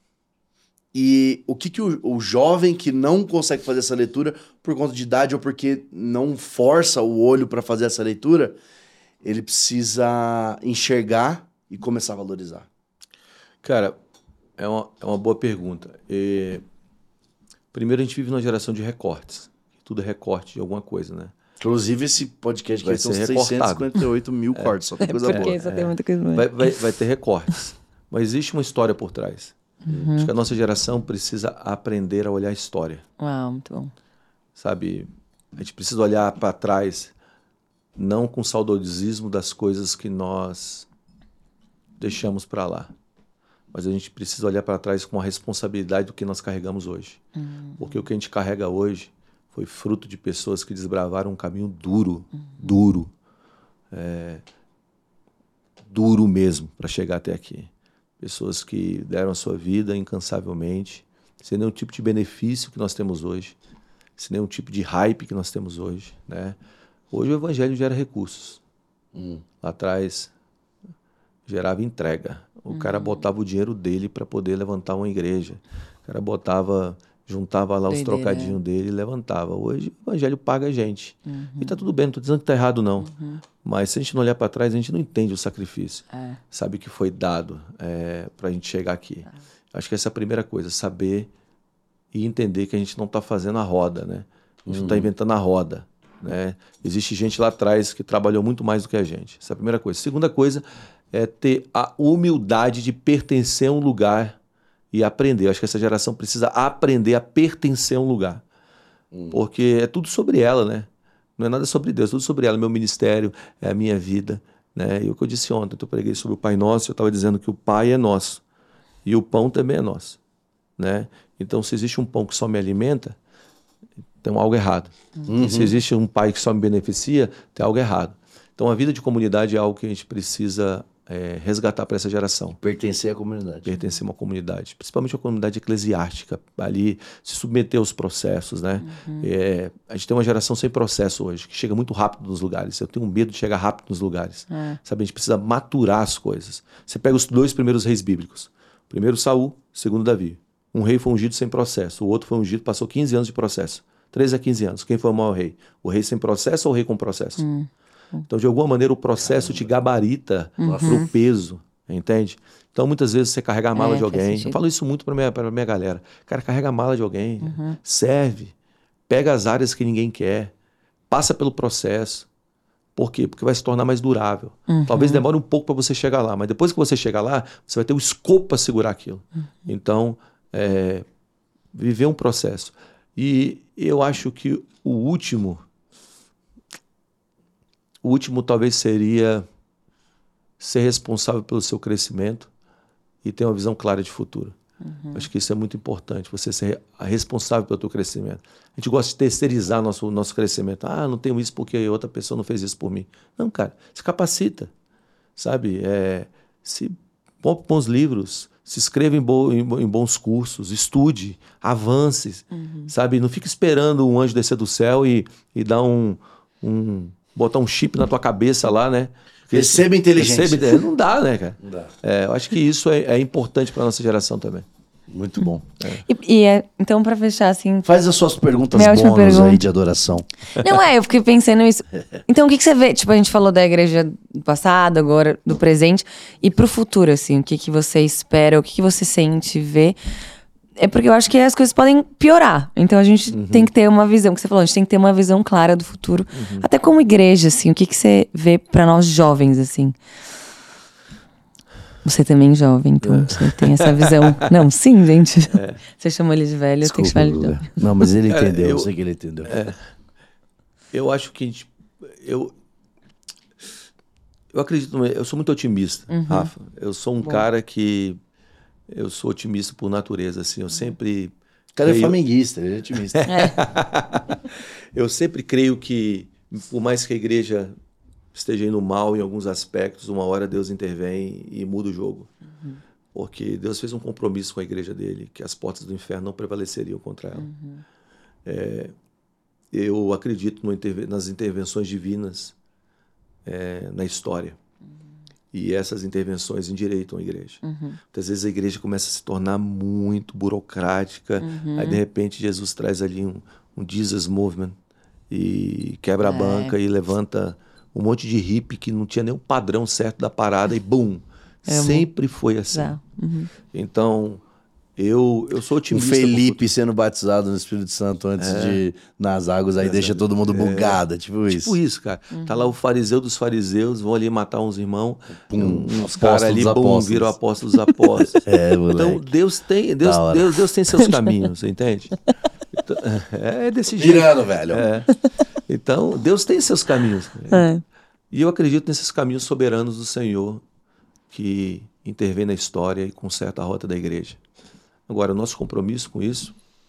E o que, que o, o jovem que não consegue fazer essa leitura por conta de idade ou porque não força o olho para fazer essa leitura, ele precisa enxergar e começar a valorizar. Cara, é uma, é uma boa pergunta. E, primeiro, a gente vive numa geração de recortes. Tudo é recorte de alguma coisa, né? Inclusive, esse podcast Vai aqui tem uns ser seiscentos e recortado. cinquenta e oito mil cortes, só tem coisa Porque boa. só tem muita coisa boa. Vai, vai, vai ter recortes. Mas existe uma história por trás. Acho que a nossa geração precisa aprender a olhar a história. Uau, muito bom. Sabe? A gente precisa olhar para trás, não com saudosismo das coisas que nós deixamos para lá. Mas a gente precisa olhar para trás com a responsabilidade do que nós carregamos hoje. Porque o que a gente carrega hoje foi fruto de pessoas que desbravaram um caminho duro, duro, é, duro mesmo para chegar até aqui. Pessoas que deram a sua vida incansavelmente, sem nenhum tipo de benefício que nós temos hoje, sem nenhum tipo de hype que nós temos hoje, né? Hoje o evangelho gera recursos. Hum. Lá atrás gerava entrega. O cara botava o dinheiro dele para poder levantar uma igreja. O cara botava, juntava lá os Doideira, trocadinhos dele e levantava. Hoje o evangelho paga a gente. Uhum. E tá tudo bem, não tô dizendo que tá errado não. Mas se a gente não olhar para trás, a gente não entende o sacrifício. É. Sabe que foi dado é, para a gente chegar aqui. Acho que essa é a primeira coisa, saber e entender que a gente não está fazendo a roda, né? A gente não está inventando a roda, né? Existe gente lá atrás que trabalhou muito mais do que a gente. Essa é a primeira coisa. Segunda coisa é ter a humildade de pertencer a um lugar e aprender. Acho que essa geração precisa aprender a pertencer a um lugar. Porque é tudo sobre ela, né? Não é nada sobre Deus, é tudo sobre ela. Meu ministério, é a minha vida, né? E o que eu disse ontem, eu preguei sobre o Pai Nosso, eu estava dizendo que o Pai é nosso e o pão também é nosso, né? Então, se existe um pão que só me alimenta, tem algo errado. Uhum. E se existe um pai que só me beneficia, tem algo errado. Então, a vida de comunidade é algo que a gente precisa é, resgatar para essa geração. Pertencer à comunidade. Pertencer a uma comunidade, principalmente a comunidade eclesiástica, ali se submeter aos processos, né? É, a gente tem uma geração sem processo hoje, que chega muito rápido nos lugares. Eu tenho medo de chegar rápido nos lugares. É. Sabe, a gente precisa maturar as coisas. Você pega os dois primeiros reis bíblicos. Primeiro Saul, segundo Davi. Um rei foi ungido sem processo, o outro foi ungido, passou quinze anos de processo. treze a quinze anos. Quem foi o maior rei? O rei sem processo ou o rei com processo? Então, de alguma maneira, o processo te gabarita para o peso. entende? Então, muitas vezes, você carrega a mala É, de faz alguém. sentido. Eu falo isso muito pra minha, pra minha galera. Cara, carrega a mala de alguém, Uhum. serve, pega as áreas que ninguém quer, passa pelo processo. Por quê? Porque vai se tornar mais durável. Uhum. Talvez demore um pouco para você chegar lá, mas depois que você chegar lá, você vai ter o escopo para segurar aquilo. Uhum. Então, é, viver um processo. E eu acho que o último, o último talvez seria ser responsável pelo seu crescimento e ter uma visão clara de futuro. Uhum. Acho que isso é muito importante, você ser responsável pelo teu crescimento. A gente gosta de terceirizar nosso, nosso crescimento. Ah, não tenho isso porque outra pessoa não fez isso por mim. Não, cara, se capacita, sabe? É, se põe bons livros, se inscreva em, bo, em, em bons cursos, estude, avance, uhum. sabe? Não fique esperando um anjo descer do céu e, e dar um, um... botar um chip na tua cabeça lá, né? Receba inteligência. Receba, não dá, né, cara? Não dá. É, eu acho que isso é, é importante para nossa geração também. Muito bom. É. E, e é, então, pra fechar, assim... Faz as suas perguntas Minha última bônus pergunta. aí de adoração. Não, é, eu fiquei pensando nisso. Então, o que, que você vê? Tipo, a gente falou da igreja do passado, agora do presente. E pro futuro, assim, o que, que você espera? O que, que você sente, vê? É porque eu acho que as coisas podem piorar. Então, a gente uhum. tem que ter uma visão, que você falou, a gente tem que ter uma visão clara do futuro. Uhum. Até como igreja, assim, o que, que você vê pra nós jovens, assim? Você também é jovem, então é. você tem essa visão. Não, sim, gente. É. Você chamou ele de velho, Desculpa, eu tenho que chamar ele de jovem. Não, mas ele entendeu, Cara, eu, eu sei que ele entendeu. É, eu acho que a gente, eu, eu acredito, eu sou muito otimista, uhum. Rafa. Eu sou um Bom. cara que eu sou otimista por natureza, assim. Eu sempre... O cara creio... é flamenguista, ele é otimista. É. Eu sempre creio que, por mais que a igreja esteja indo mal em alguns aspectos, uma hora Deus intervém e muda o jogo. Uhum. Porque Deus fez um compromisso com a igreja dele, que as portas do inferno não prevaleceriam contra ela. Uhum. É, eu acredito no interve- nas intervenções divinas é, na história. Uhum. E essas intervenções endireitam a igreja. Uhum. Muitas vezes a igreja começa a se tornar muito burocrática, uhum. aí de repente Jesus traz ali um, um Jesus Movement e quebra é. a banca e levanta... um monte de hippie que não tinha nenhum padrão certo da parada e bum, é, sempre foi assim. Uhum. Então, eu, eu sou otimista. O Felipe sendo batizado no Espírito Santo antes é. de nas águas, aí é. deixa todo mundo bugado, é. tipo isso. Tipo isso, cara. Uhum. Tá lá o fariseu dos fariseus, vão ali matar uns irmãos, um, uns caras ali, bum, viram apóstolos dos apóstolos. É, moleque. Então, Deus tem, Deus, Deus, Deus tem seus caminhos, entende? Então, é desse jeito. Virando, velho. É. Então, Deus tem seus caminhos. É. E eu acredito nesses caminhos soberanos do Senhor que intervém na história e conserta a rota da igreja. Agora, o nosso compromisso com isso,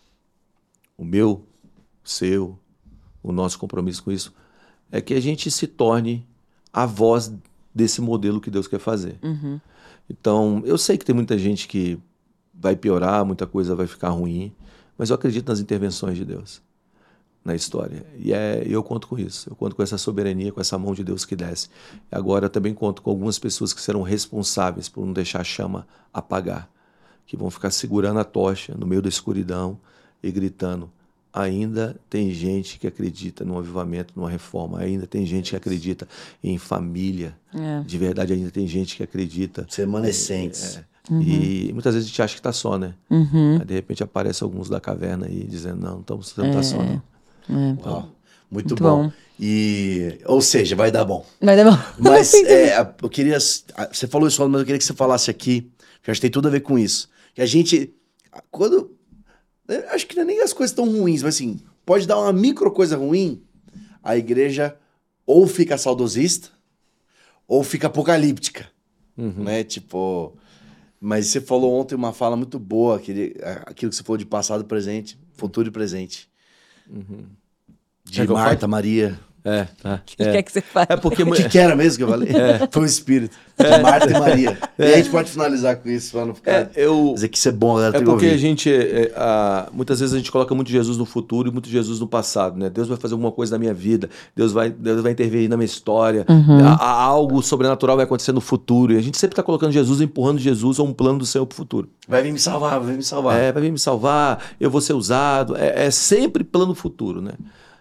o meu, o seu, o nosso compromisso com isso, é que a gente se torne a voz desse modelo que Deus quer fazer. Uhum. Então, eu sei que tem muita gente que vai piorar, muita coisa vai ficar ruim, mas eu acredito nas intervenções de Deus na história. E é, eu conto com isso. Eu conto com essa soberania, com essa mão de Deus que desce. Agora, eu também conto com algumas pessoas que serão responsáveis por não deixar a chama apagar, que vão ficar segurando a tocha no meio da escuridão e gritando: ainda tem gente que acredita num avivamento, numa reforma. Ainda tem gente que acredita em família. É. De verdade, ainda tem gente que acredita... Ser remanescentes. É, é. Uhum. E muitas vezes a gente acha que está só, né? Uhum. Aí, de repente, aparece alguns da caverna aí dizendo: não, então você não está é. só, não. É. Então, muito, muito bom. bom. E, ou seja, vai dar bom. Vai dar bom. Mas é, eu queria... Você falou isso, mas eu queria que você falasse aqui, que eu acho que tem tudo a ver com isso. Que a gente... Quando... Acho que não é nem as coisas tão ruins, mas assim, pode dar uma micro coisa ruim, a igreja ou fica saudosista, ou fica apocalíptica. Uhum. Né? Tipo... Mas você falou ontem uma fala muito boa, aquele, aquilo que você falou de passado, presente, futuro e presente. Uhum. De é Marta, Maria. É, tá. O que é. quer que você fale? É porque... O que, que era mesmo que eu falei? É. Foi o Espírito. De é. Marta e Maria. É. E a gente pode finalizar com isso, para não ficar... É, eu... dizer que isso é bom, galera. É porque a gente... É, a... Muitas vezes a gente coloca muito Jesus no futuro e muito Jesus no passado, né? Deus vai fazer alguma coisa na minha vida, Deus vai, Deus vai intervir na minha história, uhum. a, a, algo sobrenatural vai acontecer no futuro. E a gente sempre está colocando Jesus, empurrando Jesus a um plano do Senhor pro futuro. Vai vir me salvar, vai vir me salvar. É, vai vir me salvar, eu vou ser usado. É, é sempre plano futuro, né?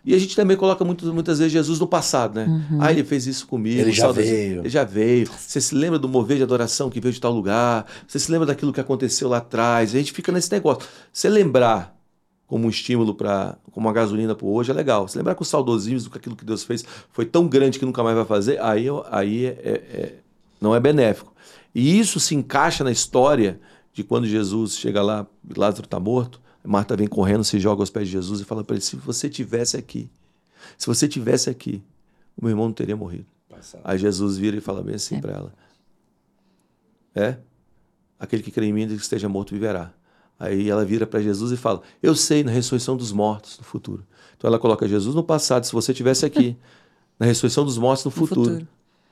E a gente também coloca muito, muitas vezes Jesus no passado, né? Uhum. Ah, ele fez isso comigo. Ele já veio. Ele já veio. Você se lembra do mover de adoração que veio de tal lugar? Você se lembra daquilo que aconteceu lá atrás? A gente fica nesse negócio. Você lembrar como um estímulo, para como uma gasolina para hoje é legal. Você lembrar com o saudosismo que aquilo que Deus fez foi tão grande que nunca mais vai fazer, aí, aí é, é, é, não é benéfico. E isso se encaixa na história de quando Jesus chega lá, Lázaro está morto, Marta vem correndo, se joga aos pés de Jesus e fala para ele, se você tivesse aqui, se você tivesse aqui, o meu irmão não teria morrido. Passado. Aí Jesus vira e fala bem assim é. para ela, é, aquele que crê em mim, que esteja morto, viverá. Aí ela vira para Jesus e fala, eu sei, na ressurreição dos mortos, no futuro. Então ela coloca Jesus no passado, se você tivesse aqui, na ressurreição dos mortos, no, no futuro. futuro.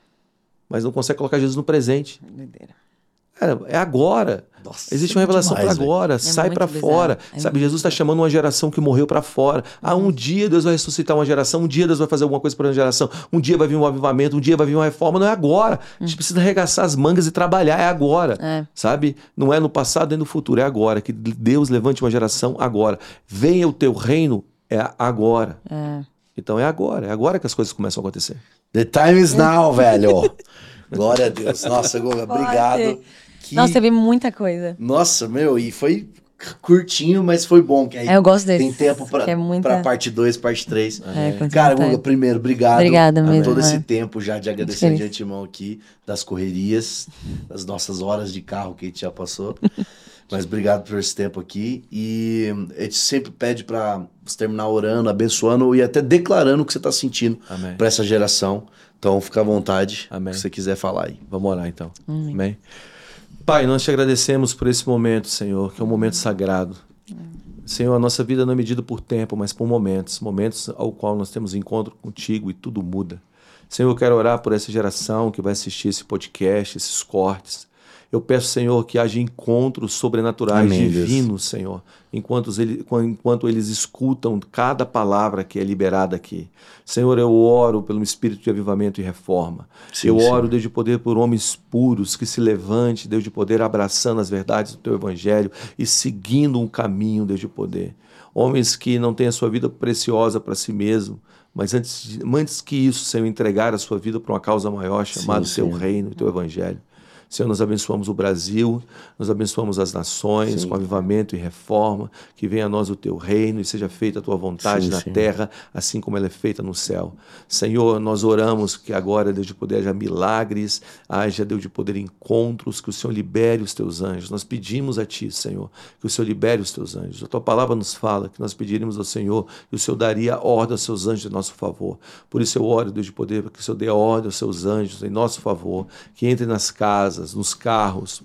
Mas não consegue colocar Jesus no presente. Doideira. Cara, é agora. Nossa, Existe uma revelação para agora. É sai para fora. É Sabe, Jesus está chamando uma geração que morreu para fora. Uhum. Ah, um dia Deus vai ressuscitar uma geração, um dia Deus vai fazer alguma coisa para uma geração, um dia vai vir um avivamento, um dia vai vir uma reforma. Não é agora. A gente uhum. precisa arregaçar as mangas e trabalhar. É agora. É. Sabe? Não é no passado nem no futuro. É agora. Que Deus levante uma geração agora. Venha o teu reino. É agora. É. Então é agora. É agora que as coisas começam a acontecer. The time is now, velho. Glória a Deus. Nossa, Guga, obrigado. Que... Nossa, teve muita coisa. Nossa, meu, e foi curtinho, mas foi bom. Que aí é, eu gosto desse. Tem tempo pra, é muita... pra parte dois, parte três. É, Cara, Guga, primeiro, obrigado. Obrigada mesmo. Todo é. esse tempo já de agradecer de antemão aqui, das correrias, das nossas horas de carro que a gente já passou. Mas obrigado por esse tempo aqui. E a gente sempre pede pra você terminar orando, abençoando e até declarando o que você tá sentindo para essa geração. Então, fica à vontade, Amém. Se você quiser falar aí. Vamos orar, então. Amém. Amém. Pai, nós te agradecemos por esse momento, Senhor, que é um momento sagrado. Amém. Senhor, a nossa vida não é medida por tempo, mas por momentos. Momentos ao qual nós temos encontro contigo e tudo muda. Senhor, eu quero orar por essa geração que vai assistir esse podcast, esses cortes. Eu peço, Senhor, que haja encontros sobrenaturais, Amém, divinos, Deus. Senhor, enquanto eles, enquanto eles escutam cada palavra que é liberada aqui. Senhor, eu oro pelo espírito de avivamento e reforma. Sim, eu oro, Deus de poder, por homens puros que se levante, Deus de poder, abraçando as verdades do teu evangelho e seguindo um caminho, Deus de poder. Homens que não têm a sua vida preciosa para si mesmo, mas antes, de, antes que isso, Senhor, entregar a sua vida para uma causa maior, chamada Teu Reino e Teu Evangelho. Senhor, nós abençoamos o Brasil, nós abençoamos as nações, sim, com avivamento e reforma, que venha a nós o Teu reino e seja feita a Tua vontade, sim, na sim. terra, assim como ela é feita no céu. Senhor, nós oramos que agora, Deus de poder, haja milagres, haja, Deus de poder, encontros, que o Senhor libere os Teus anjos. Nós pedimos a Ti, Senhor, que o Senhor libere os Teus anjos. A Tua palavra nos fala que nós pediríamos ao Senhor e o Senhor daria ordem aos Seus anjos em nosso favor. Por isso eu oro, Deus de poder, para que o Senhor dê ordem aos Seus anjos em nosso favor, que entrem nas casas, nos carros,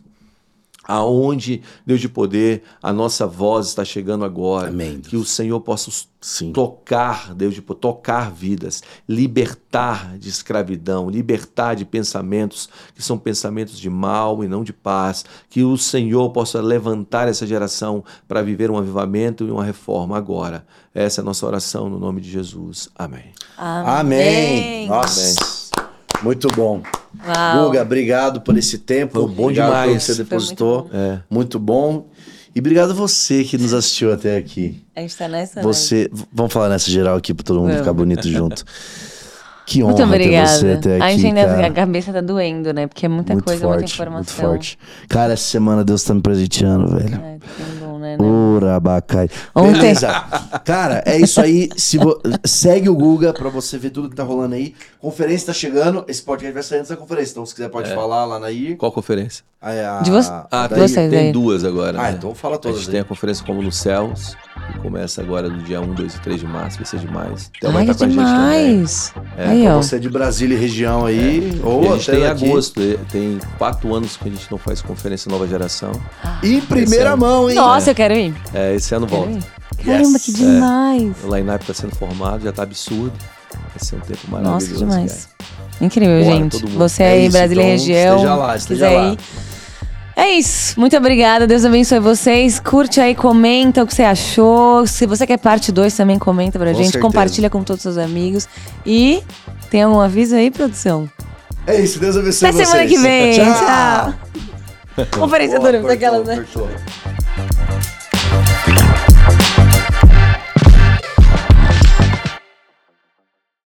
aonde, Deus de poder, a nossa voz está chegando agora. Amém, que o Senhor possa Sim. tocar, Deus de poder, tocar vidas, libertar de escravidão, libertar de pensamentos que são pensamentos de mal e não de paz. Que o Senhor possa levantar essa geração para viver um avivamento e uma reforma agora. Essa é a nossa oração no nome de Jesus. Amém. Amém. Amém. Nossa. Amém. Muito bom. Uau. Guga, obrigado por esse tempo. Foi bom obrigado demais. Pelo que você depositou. Muito bom. É. Muito bom. E obrigado a você que nos assistiu até aqui. A gente tá nessa, você, né? Vamos falar nessa geral aqui para todo mundo Vamos. ficar bonito junto. Que honra muito obrigada. ter você até aqui, a gente ainda, cara. A cabeça tá doendo, né? Porque é muita muito coisa, forte, muita informação. Muito forte. Cara, essa semana Deus tá me presenteando, velho. É, que bom, né? né? Ora, bacai. Ontem... Beleza. Cara, é isso aí. Se vo... Segue o Guga pra você ver tudo que tá rolando aí. Conferência tá chegando. Esse podcast vai sair antes da conferência. Então, se quiser, pode é. falar lá na I R. Qual conferência? Ah, é a... De você? Ah, de tem, vocês tem aí. duas agora. Ah, né? então fala todas. A gente aí. tem a conferência Como nos Céus, que começa agora no dia um, dois e três de março. Vai ser demais. Então vai estar com demais. a gente também. É, aí, pra ó. você é de Brasília e região aí. É. Ou e a gente até tem daqui. agosto. Tem quatro anos que a gente não faz conferência Nova Geração. Em primeira ano... mão, hein? Nossa, é. eu quero ir. É, esse ano volta. Caramba, Yes. que demais. É. O line-up está sendo formado, já está absurdo. Vai ser um tempo maravilhoso. Nossa, demais. Cara. Incrível, Bora, gente. todo mundo. Você É aí, isso, Brasília então, região. esteja lá, esteja quiser lá. ir. É isso. Muito obrigada. Deus abençoe vocês. Curte aí, comenta o que você achou. Se você quer parte dois, também comenta pra Com gente. certeza. Compartilha com todos os seus amigos. E tem algum aviso aí, produção? É isso, Deus abençoe Até vocês. semana que vem. Tchau. Tchau. Conferência Boa, durante aquelas, né? cortou.